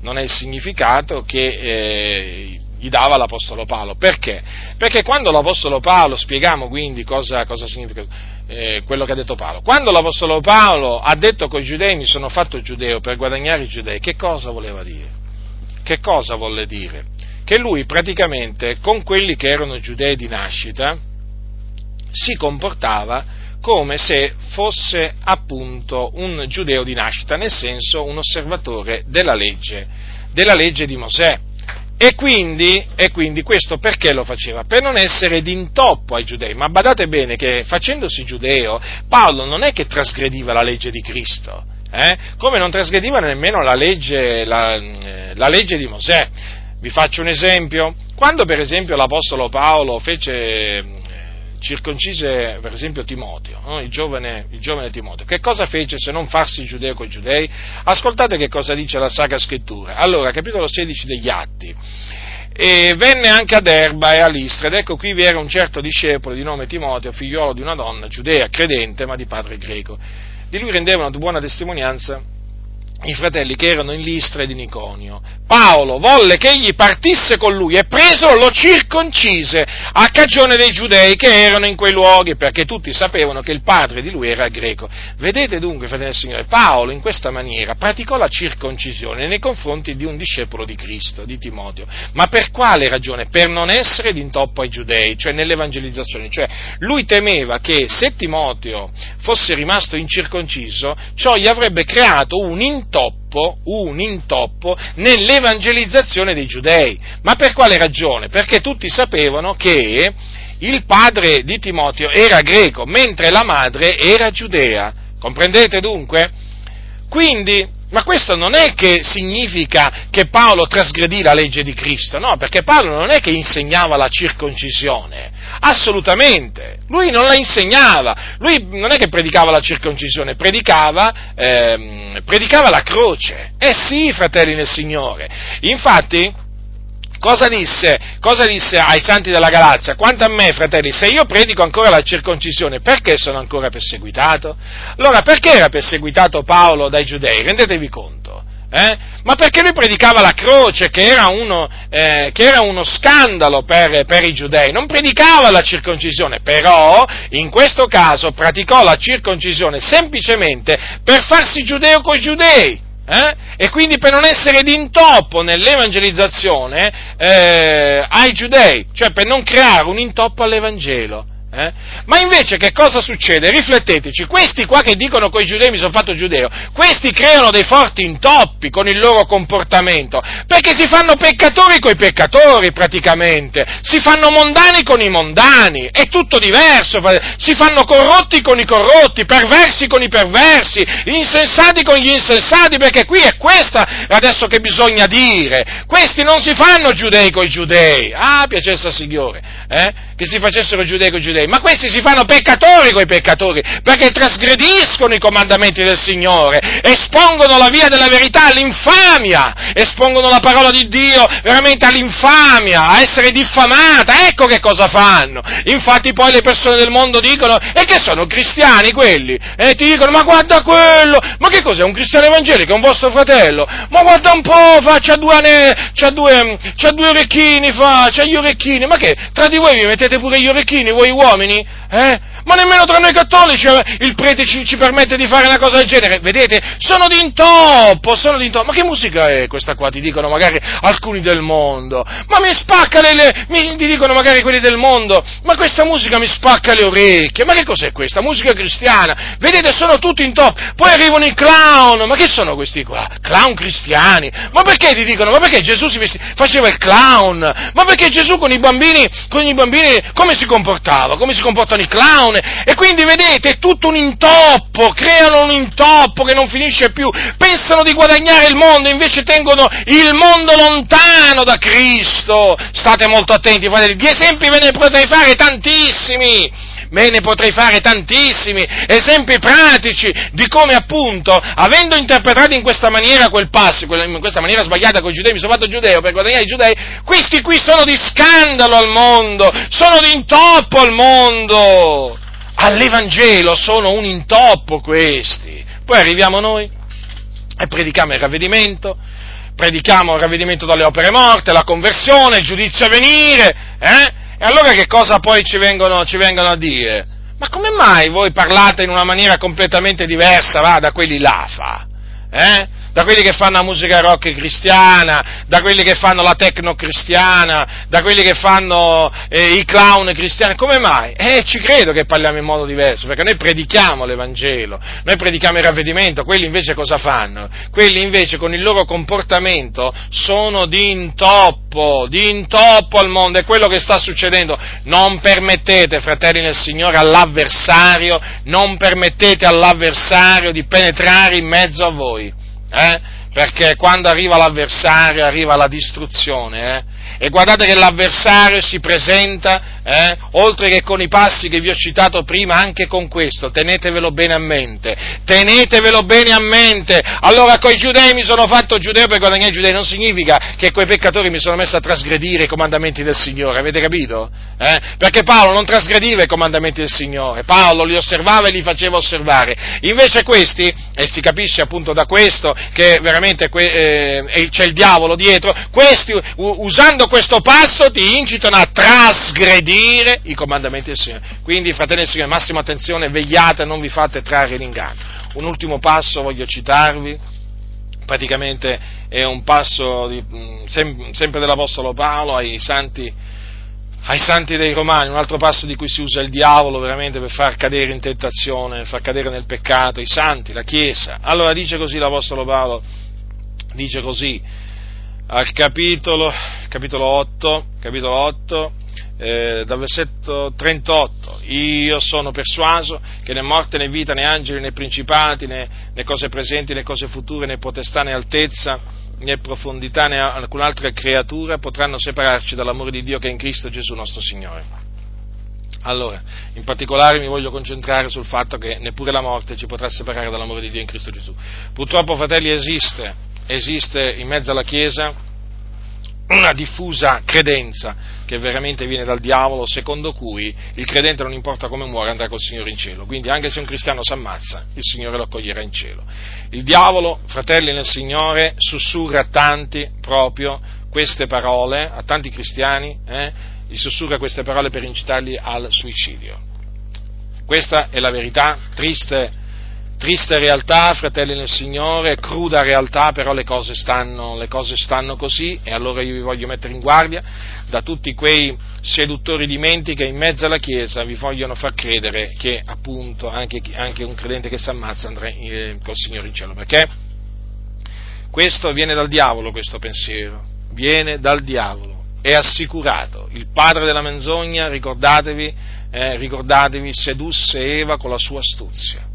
che gli dava l'Apostolo Paolo. Perché? Perché quando l'Apostolo Paolo, spieghiamo quindi cosa significa quello che ha detto Paolo, quando l'Apostolo Paolo ha detto coi giudei mi sono fatto giudeo per guadagnare i giudei, che cosa voleva dire? Che cosa volle dire? Che lui praticamente con quelli che erano giudei di nascita si comportava come se fosse appunto un giudeo di nascita, nel senso un osservatore della legge di Mosè. E quindi questo perché lo faceva? Per non essere d'intoppo ai giudei. Ma badate bene che facendosi giudeo, Paolo non è che trasgrediva la legge di Cristo, come non trasgrediva nemmeno la legge di Mosè. Vi faccio un esempio. Quando per esempio l'Apostolo Paolo circoncise per esempio Timoteo, no? il giovane Timoteo, che cosa fece se non farsi giudeo coi giudei? Ascoltate che cosa dice la Sacra Scrittura. Allora, capitolo 16 degli Atti: e venne anche a Derba e a Listra, ed ecco qui vi era un certo discepolo di nome Timoteo, figliuolo di una donna giudea, credente, ma di padre greco. Di lui rendevano buona testimonianza i fratelli che erano in Listra ed in Iconio. Paolo volle che egli partisse con lui e presolo lo circoncise a cagione dei giudei che erano in quei luoghi, perché tutti sapevano che il padre di lui era greco. Vedete dunque, fratelli del Signore, Paolo in questa maniera praticò la circoncisione nei confronti di un discepolo di Cristo, di Timoteo. Ma per quale ragione? Per non essere d'intoppo ai giudei, cioè nell'evangelizzazione. Cioè lui temeva che se Timoteo fosse rimasto incirconciso, ciò gli avrebbe creato un intoppo nell'evangelizzazione dei giudei. Ma per quale ragione? Perché tutti sapevano che il padre di Timoteo era greco, mentre la madre era giudea. Comprendete dunque? Quindi, ma questo non è che significa che Paolo trasgredì la legge di Cristo, no, perché Paolo non è che insegnava la circoncisione, assolutamente, lui non la insegnava, lui non è che predicava la circoncisione, predicava la croce. Sì, fratelli nel Signore, infatti, cosa disse ai santi della Galazia? Quanto a me, fratelli, se io predico ancora la circoncisione, perché sono ancora perseguitato? Allora, perché era perseguitato Paolo dai giudei? Rendetevi conto. Ma perché lui predicava la croce, che era uno scandalo per i giudei, non predicava la circoncisione, però in questo caso praticò la circoncisione semplicemente per farsi giudeo coi giudei. E quindi per non essere d'intoppo nell'evangelizzazione ai giudei, cioè per non creare un intoppo all'Evangelo. Ma invece che cosa succede? Rifletteteci, questi qua che dicono coi giudei mi sono fatto giudeo, questi creano dei forti intoppi con il loro comportamento, perché si fanno peccatori coi peccatori praticamente, si fanno mondani con i mondani, è tutto diverso, si fanno corrotti con i corrotti, perversi con i perversi, insensati con gli insensati, perché qui è questa adesso che bisogna dire, questi non si fanno giudei coi giudei, piacesse al Signore, che si facessero giudei coi giudei, ma questi si fanno peccatori coi peccatori, perché trasgrediscono i comandamenti del Signore, espongono la via della verità all'infamia, espongono la parola di Dio veramente all'infamia, a essere diffamata, ecco che cosa fanno. Infatti poi le persone del mondo dicono, e che sono cristiani quelli? Ti dicono, ma guarda quello, ma che cos'è, un cristiano evangelico, è un vostro fratello? Ma guarda un po', c'ha due orecchini, c'ha gli orecchini, ma che, tra di voi vi mettete pure gli orecchini, voi uomini? Ma nemmeno tra noi cattolici il prete ci permette di fare una cosa del genere, vedete? Sono d'intoppo, ma che musica è questa qua, ti dicono magari alcuni del mondo, ma mi spacca ti dicono magari quelli del mondo, ma questa musica mi spacca le orecchie, ma che cos'è questa? Musica cristiana, vedete, sono tutti intoppo, poi arrivano i clown, ma che sono questi qua? Clown cristiani, ma perché ti dicono, ma perché Gesù faceva il clown, ma perché Gesù con i bambini come si comportava, come si comportano i clown? E quindi vedete, è tutto un intoppo, creano un intoppo che non finisce più, pensano di guadagnare il mondo, invece tengono il mondo lontano da Cristo. State molto attenti, fratelli, di esempi ve ne potrei fare tantissimi, esempi pratici di come appunto, avendo interpretato in questa maniera quel passo, in questa maniera sbagliata con i giudei, mi sono fatto giudeo per guadagnare i giudei, questi qui sono di scandalo al mondo, sono di intoppo al mondo, all'Evangelo sono un intoppo questi. Poi arriviamo noi e predichiamo il ravvedimento dalle opere morte, la conversione, il giudizio a venire, E allora che cosa poi ci vengono a dire? Ma come mai voi parlate in una maniera completamente diversa, da quelli là, da quelli che fanno la musica rock cristiana, da quelli che fanno la techno cristiana, da quelli che fanno i clown cristiani, come mai? Ci credo che parliamo in modo diverso, perché noi predichiamo l'Evangelo, noi predichiamo il ravvedimento, quelli invece cosa fanno? Quelli invece con il loro comportamento sono di intoppo al mondo, è quello che sta succedendo. Non permettete, fratelli nel Signore, non permettete all'avversario di penetrare in mezzo a voi. Perché quando arriva l'avversario arriva la distruzione, e guardate che l'avversario si presenta, oltre che con i passi che vi ho citato prima, anche con questo, tenetevelo bene a mente, allora coi giudei mi sono fatto giudeo per guadagnare i giudei, non significa che coi peccatori mi sono messo a trasgredire i comandamenti del Signore, avete capito? Perché Paolo non trasgrediva i comandamenti del Signore, Paolo li osservava e li faceva osservare, invece questi, e si capisce appunto da questo, che veramente c'è il diavolo dietro, questi usando questo passo ti incitano a trasgredire i comandamenti del Signore. Quindi, fratelli del Signore, massima attenzione, vegliate, non vi fate trarre in inganno. Un ultimo passo voglio citarvi, praticamente è un passo sempre dell'Apostolo Paolo ai santi dei Romani, un altro passo di cui si usa il diavolo veramente per far cadere in tentazione, far cadere nel peccato i santi, la Chiesa. Allora dice così l'Apostolo Paolo, dice così al capitolo 8, dal versetto 38, io sono persuaso che né morte né vita né angeli né principati né cose presenti né cose future né potestà né altezza né profondità né alcun'altra creatura potranno separarci dall'amore di Dio che è in Cristo Gesù nostro Signore. Allora, in particolare mi voglio concentrare sul fatto che neppure la morte ci potrà separare dall'amore di Dio in Cristo Gesù. Purtroppo, fratelli, esiste in mezzo alla Chiesa una diffusa credenza che veramente viene dal diavolo, secondo cui il credente non importa come muore andrà col Signore in cielo, quindi anche se un cristiano si ammazza il Signore lo accoglierà in cielo. Il diavolo, fratelli nel Signore, sussurra a tanti proprio queste parole, a tanti cristiani, gli sussurra queste parole per incitarli al suicidio. Questa è la verità triste Triste realtà, fratelli nel Signore, cruda realtà, però le cose stanno così, e allora io vi voglio mettere in guardia da tutti quei seduttori di menti che in mezzo alla Chiesa vi vogliono far credere che appunto anche un credente che si ammazza andrà col Signore in cielo, perché questo viene dal diavolo, questo pensiero, viene dal diavolo, è assicurato. Il padre della menzogna, ricordatevi, sedusse Eva con la sua astuzia.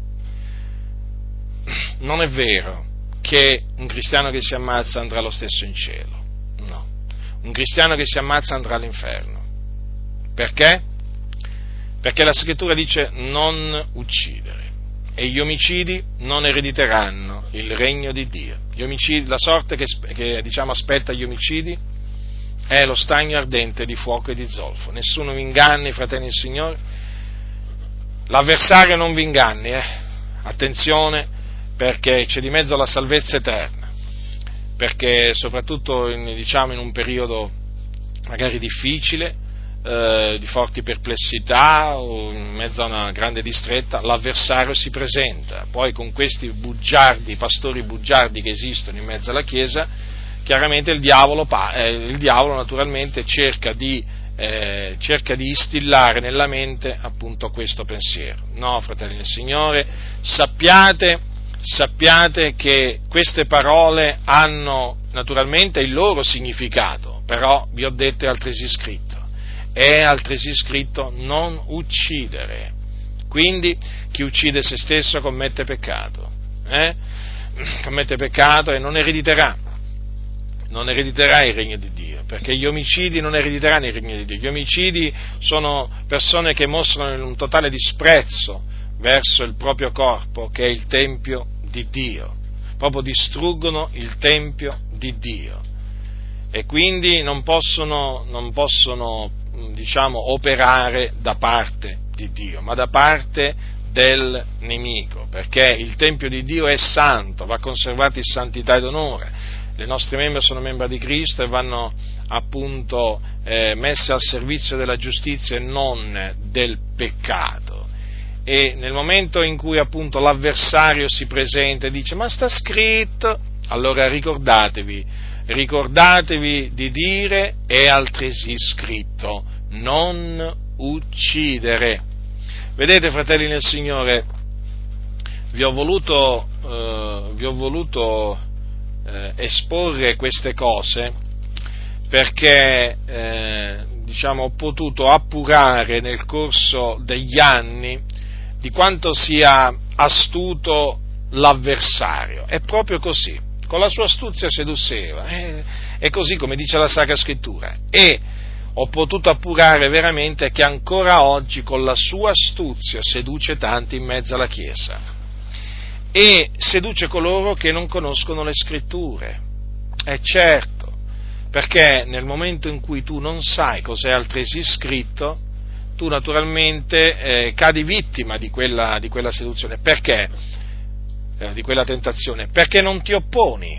Non è vero che un cristiano che si ammazza andrà lo stesso in cielo, no. Un cristiano che si ammazza andrà all'inferno. Perché? Perché la Scrittura dice non uccidere, e gli omicidi non erediteranno il regno di Dio. Gli omicidi, la sorte che aspetta gli omicidi è lo stagno ardente di fuoco e di zolfo. Nessuno vi inganni, fratelli del Signore, l'avversario non vi inganni, attenzione, perché c'è di mezzo la salvezza eterna, perché soprattutto in un periodo magari difficile, di forti perplessità o in mezzo a una grande distretta, l'avversario si presenta, poi con questi pastori bugiardi che esistono in mezzo alla Chiesa, chiaramente il diavolo naturalmente cerca di instillare nella mente appunto questo pensiero. No, fratelli del Signore, sappiate che queste parole hanno naturalmente il loro significato, però vi ho detto è altresì scritto non uccidere. Quindi chi uccide se stesso commette peccato e non erediterà il regno di Dio, perché gli omicidi non erediteranno il regno di Dio. Gli omicidi sono persone che mostrano un totale disprezzo verso il proprio corpo, che è il Tempio di Dio, proprio distruggono il Tempio di Dio, e quindi non possono operare da parte di Dio, ma da parte del nemico, perché il Tempio di Dio è santo, va conservato in santità ed onore. Le nostre membra sono membra di Cristo e vanno appunto messe al servizio della giustizia e non del peccato. E nel momento in cui appunto l'avversario si presenta e dice ma sta scritto, allora ricordatevi di dire è altresì scritto non uccidere. Vedete, fratelli nel Signore, vi ho voluto esporre queste cose perché ho potuto appurare nel corso degli anni di quanto sia astuto l'avversario. È proprio così, con la sua astuzia sedusse Eva, è così come dice la Sacra Scrittura, e ho potuto appurare veramente che ancora oggi con la sua astuzia seduce tanti in mezzo alla Chiesa, e seduce coloro che non conoscono le Scritture. È certo, perché nel momento in cui tu non sai cos'è altresì scritto, tu naturalmente cadi vittima di quella seduzione. Perché? Di quella tentazione? Perché non ti opponi,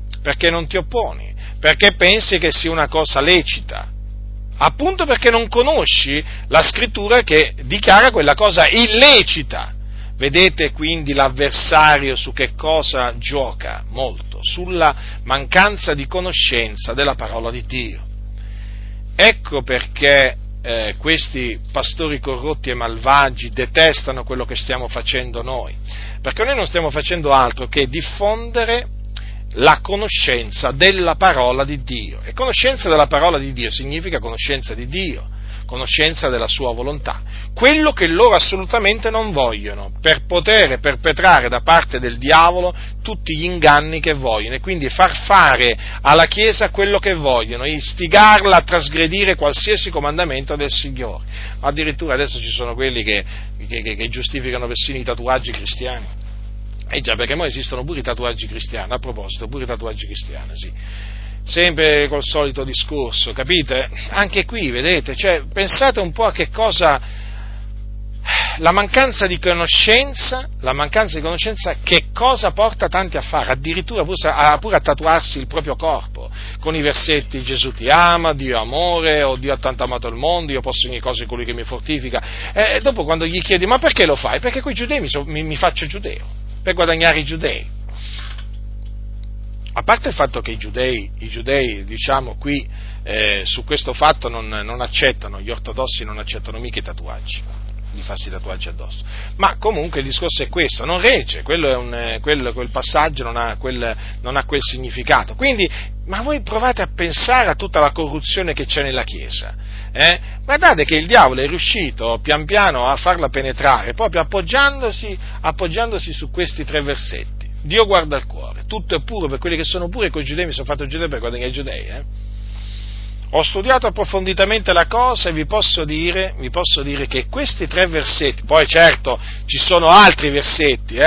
perché pensi che sia una cosa lecita, appunto perché non conosci la Scrittura che dichiara quella cosa illecita. Vedete quindi l'avversario su che cosa gioca? Molto, sulla mancanza di conoscenza della parola di Dio. Ecco perché questi pastori corrotti e malvagi detestano quello che stiamo facendo noi, perché noi non stiamo facendo altro che diffondere la conoscenza della parola di Dio, e conoscenza della parola di Dio significa conoscenza di Dio, conoscenza della sua volontà, quello che loro assolutamente non vogliono, per poter perpetrare da parte del diavolo tutti gli inganni che vogliono, e quindi far fare alla Chiesa quello che vogliono, istigarla a trasgredire qualsiasi comandamento del Signore. Addirittura adesso ci sono quelli che giustificano persino i tatuaggi cristiani. Già, perché ora esistono pure i tatuaggi cristiani, a proposito, pure i tatuaggi cristiani, sì. Sempre col solito discorso, capite? Anche qui, vedete, pensate un po' a che cosa la mancanza di conoscenza, che cosa porta tanti a fare? Addirittura pure a tatuarsi il proprio corpo, con i versetti Gesù ti ama, Dio è amore, o Dio ha tanto amato il mondo, io posso ogni cosa in colui che mi fortifica. E dopo quando gli chiedi ma perché lo fai? Perché coi giudei mi faccio giudeo, per guadagnare i giudei. A parte il fatto che i giudei diciamo qui, su questo fatto non accettano, gli ortodossi non accettano mica i tatuaggi, di farsi tatuaggi addosso, ma comunque il discorso è questo, non regge, quel passaggio non ha quel significato, quindi, ma voi provate a pensare a tutta la corruzione che c'è nella Chiesa, guardate che il diavolo è riuscito pian piano a farla penetrare, proprio appoggiandosi su questi 3 versetti. Dio guarda il cuore, tutto è puro per quelli che sono puri, e con i giudei mi sono fatto giudeo per guadagnare i giudei. Ho studiato approfonditamente la cosa e vi posso dire che questi 3 versetti, poi certo ci sono altri versetti,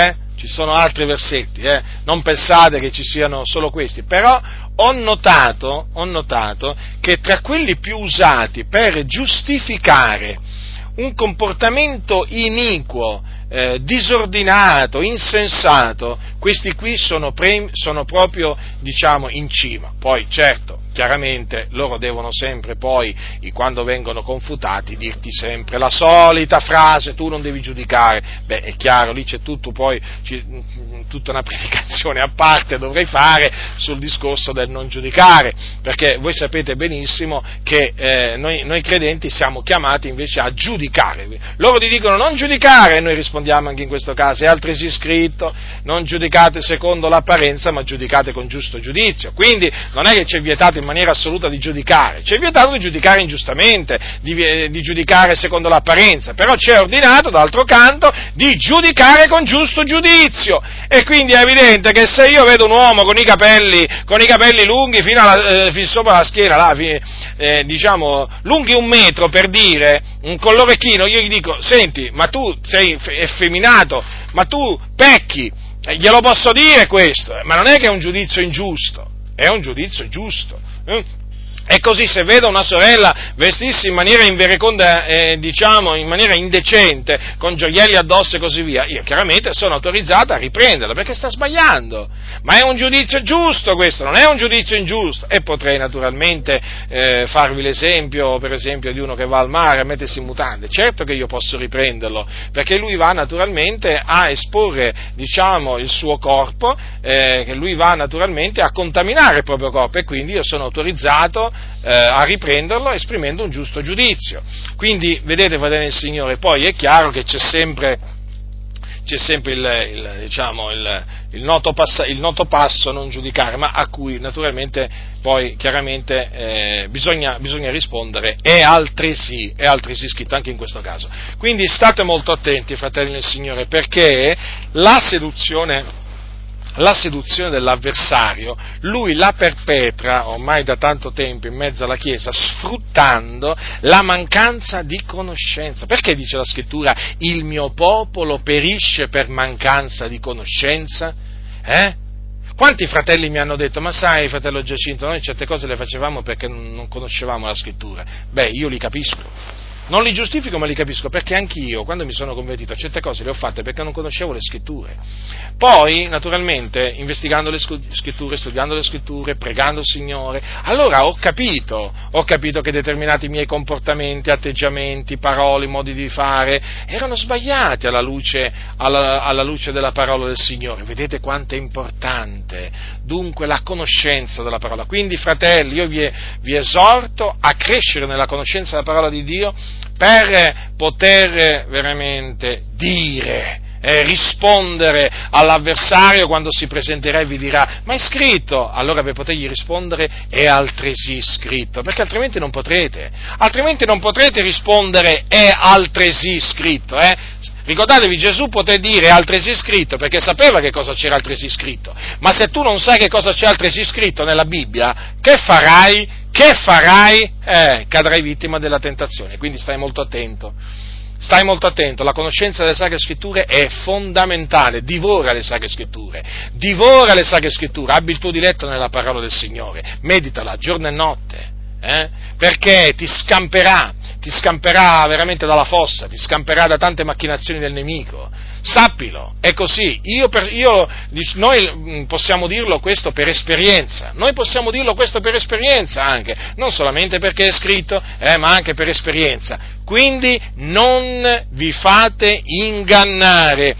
non pensate che ci siano solo questi, però ho notato che tra quelli più usati per giustificare un comportamento iniquo, disordinato, insensato, questi qui sono proprio, in cima. Poi, certo, chiaramente loro devono sempre poi, quando vengono confutati, dirti sempre la solita frase, tu non devi giudicare. Beh, è chiaro, lì c'è tutta una predicazione a parte dovrei fare sul discorso del non giudicare, perché voi sapete benissimo che noi credenti siamo chiamati invece a giudicare. Loro ti dicono non giudicare e noi rispondiamo anche in questo caso, è altresì scritto, non giudicate secondo l'apparenza ma giudicate con giusto giudizio. Quindi non è che c'è vietato in maniera assoluta di giudicare, c'è vietato di giudicare ingiustamente, di giudicare secondo l'apparenza, però c'è ordinato d'altro canto di giudicare con giusto giudizio. E quindi è evidente che se io vedo un uomo con i capelli lunghi fin sopra la schiena, lunghi 1 metro per dire, con l'orecchino, io gli dico, senti, ma tu sei effeminato, ma tu pecchi, glielo posso dire questo, ma non è che è un giudizio ingiusto, è un giudizio giusto. E così se vedo una sorella vestirsi in maniera invereconda, in maniera indecente, con gioielli addosso e così via, io chiaramente sono autorizzato a riprenderla, perché sta sbagliando. Ma è un giudizio giusto questo, non è un giudizio ingiusto. E potrei naturalmente farvi l'esempio, per esempio, di uno che va al mare a mettersi in mutande. Certo che io posso riprenderlo, perché lui va naturalmente a esporre, il suo corpo, che lui va naturalmente a contaminare il proprio corpo, e quindi io sono autorizzato a riprenderlo esprimendo un giusto giudizio. Quindi, vedete, fratelli del Signore, poi è chiaro che c'è sempre il noto passo non giudicare, ma a cui naturalmente poi chiaramente bisogna rispondere, è altresì scritto anche in questo caso. Quindi state molto attenti, fratelli del Signore, perché la seduzione dell'avversario, lui la perpetra ormai da tanto tempo in mezzo alla Chiesa, sfruttando la mancanza di conoscenza. Perché dice la Scrittura, il mio popolo perisce per mancanza di conoscenza? Quanti fratelli mi hanno detto, ma sai, fratello Giacinto, noi certe cose le facevamo perché non conoscevamo la Scrittura? Beh, io li capisco. Non li giustifico, ma li capisco, perché anch'io, quando mi sono convertito, certe cose le ho fatte perché non conoscevo le Scritture. Poi, naturalmente, investigando le Scritture, studiando le Scritture, pregando il Signore, allora ho capito che determinati miei comportamenti, atteggiamenti, parole, modi di fare, erano sbagliati alla luce della parola del Signore. Vedete quanto è importante, dunque, la conoscenza della parola. Quindi, fratelli, io vi esorto a crescere nella conoscenza della parola di Dio, per poter veramente rispondere all'avversario quando si presenterà e vi dirà, ma è scritto, allora per potergli rispondere è altresì scritto, perché altrimenti non potrete rispondere è altresì scritto, Ricordatevi, Gesù poté dire è altresì scritto perché sapeva che cosa c'era altresì scritto, ma se tu non sai che cosa c'è altresì scritto nella Bibbia, che farai? Cadrai vittima della tentazione, quindi stai molto attento, la conoscenza delle Sacre Scritture è fondamentale, divora le Sacre Scritture, abbi il tuo diletto nella parola del Signore, meditala giorno e notte, perché ti scamperà ti scamperà veramente dalla fossa, ti scamperà da tante macchinazioni del nemico. Sappilo, è così. Noi possiamo dirlo questo per esperienza, anche, non solamente perché è scritto, ma anche per esperienza. Quindi non vi fate ingannare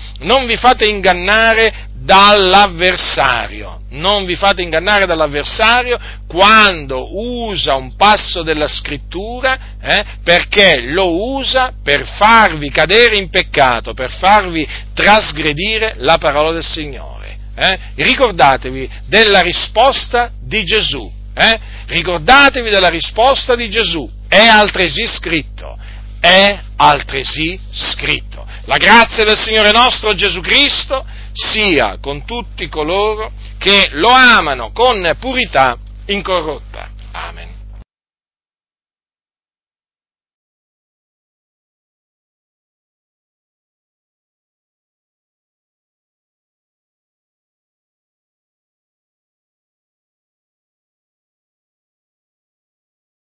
dall'avversario. Non vi fate ingannare dall'avversario quando usa un passo della Scrittura, perché lo usa per farvi cadere in peccato, per farvi trasgredire la parola del Signore. Ricordatevi della risposta di Gesù. Ricordatevi della risposta di Gesù. È altresì scritto. La grazia del Signore nostro Gesù Cristo sia con tutti coloro che lo amano con purità incorrotta. Amen.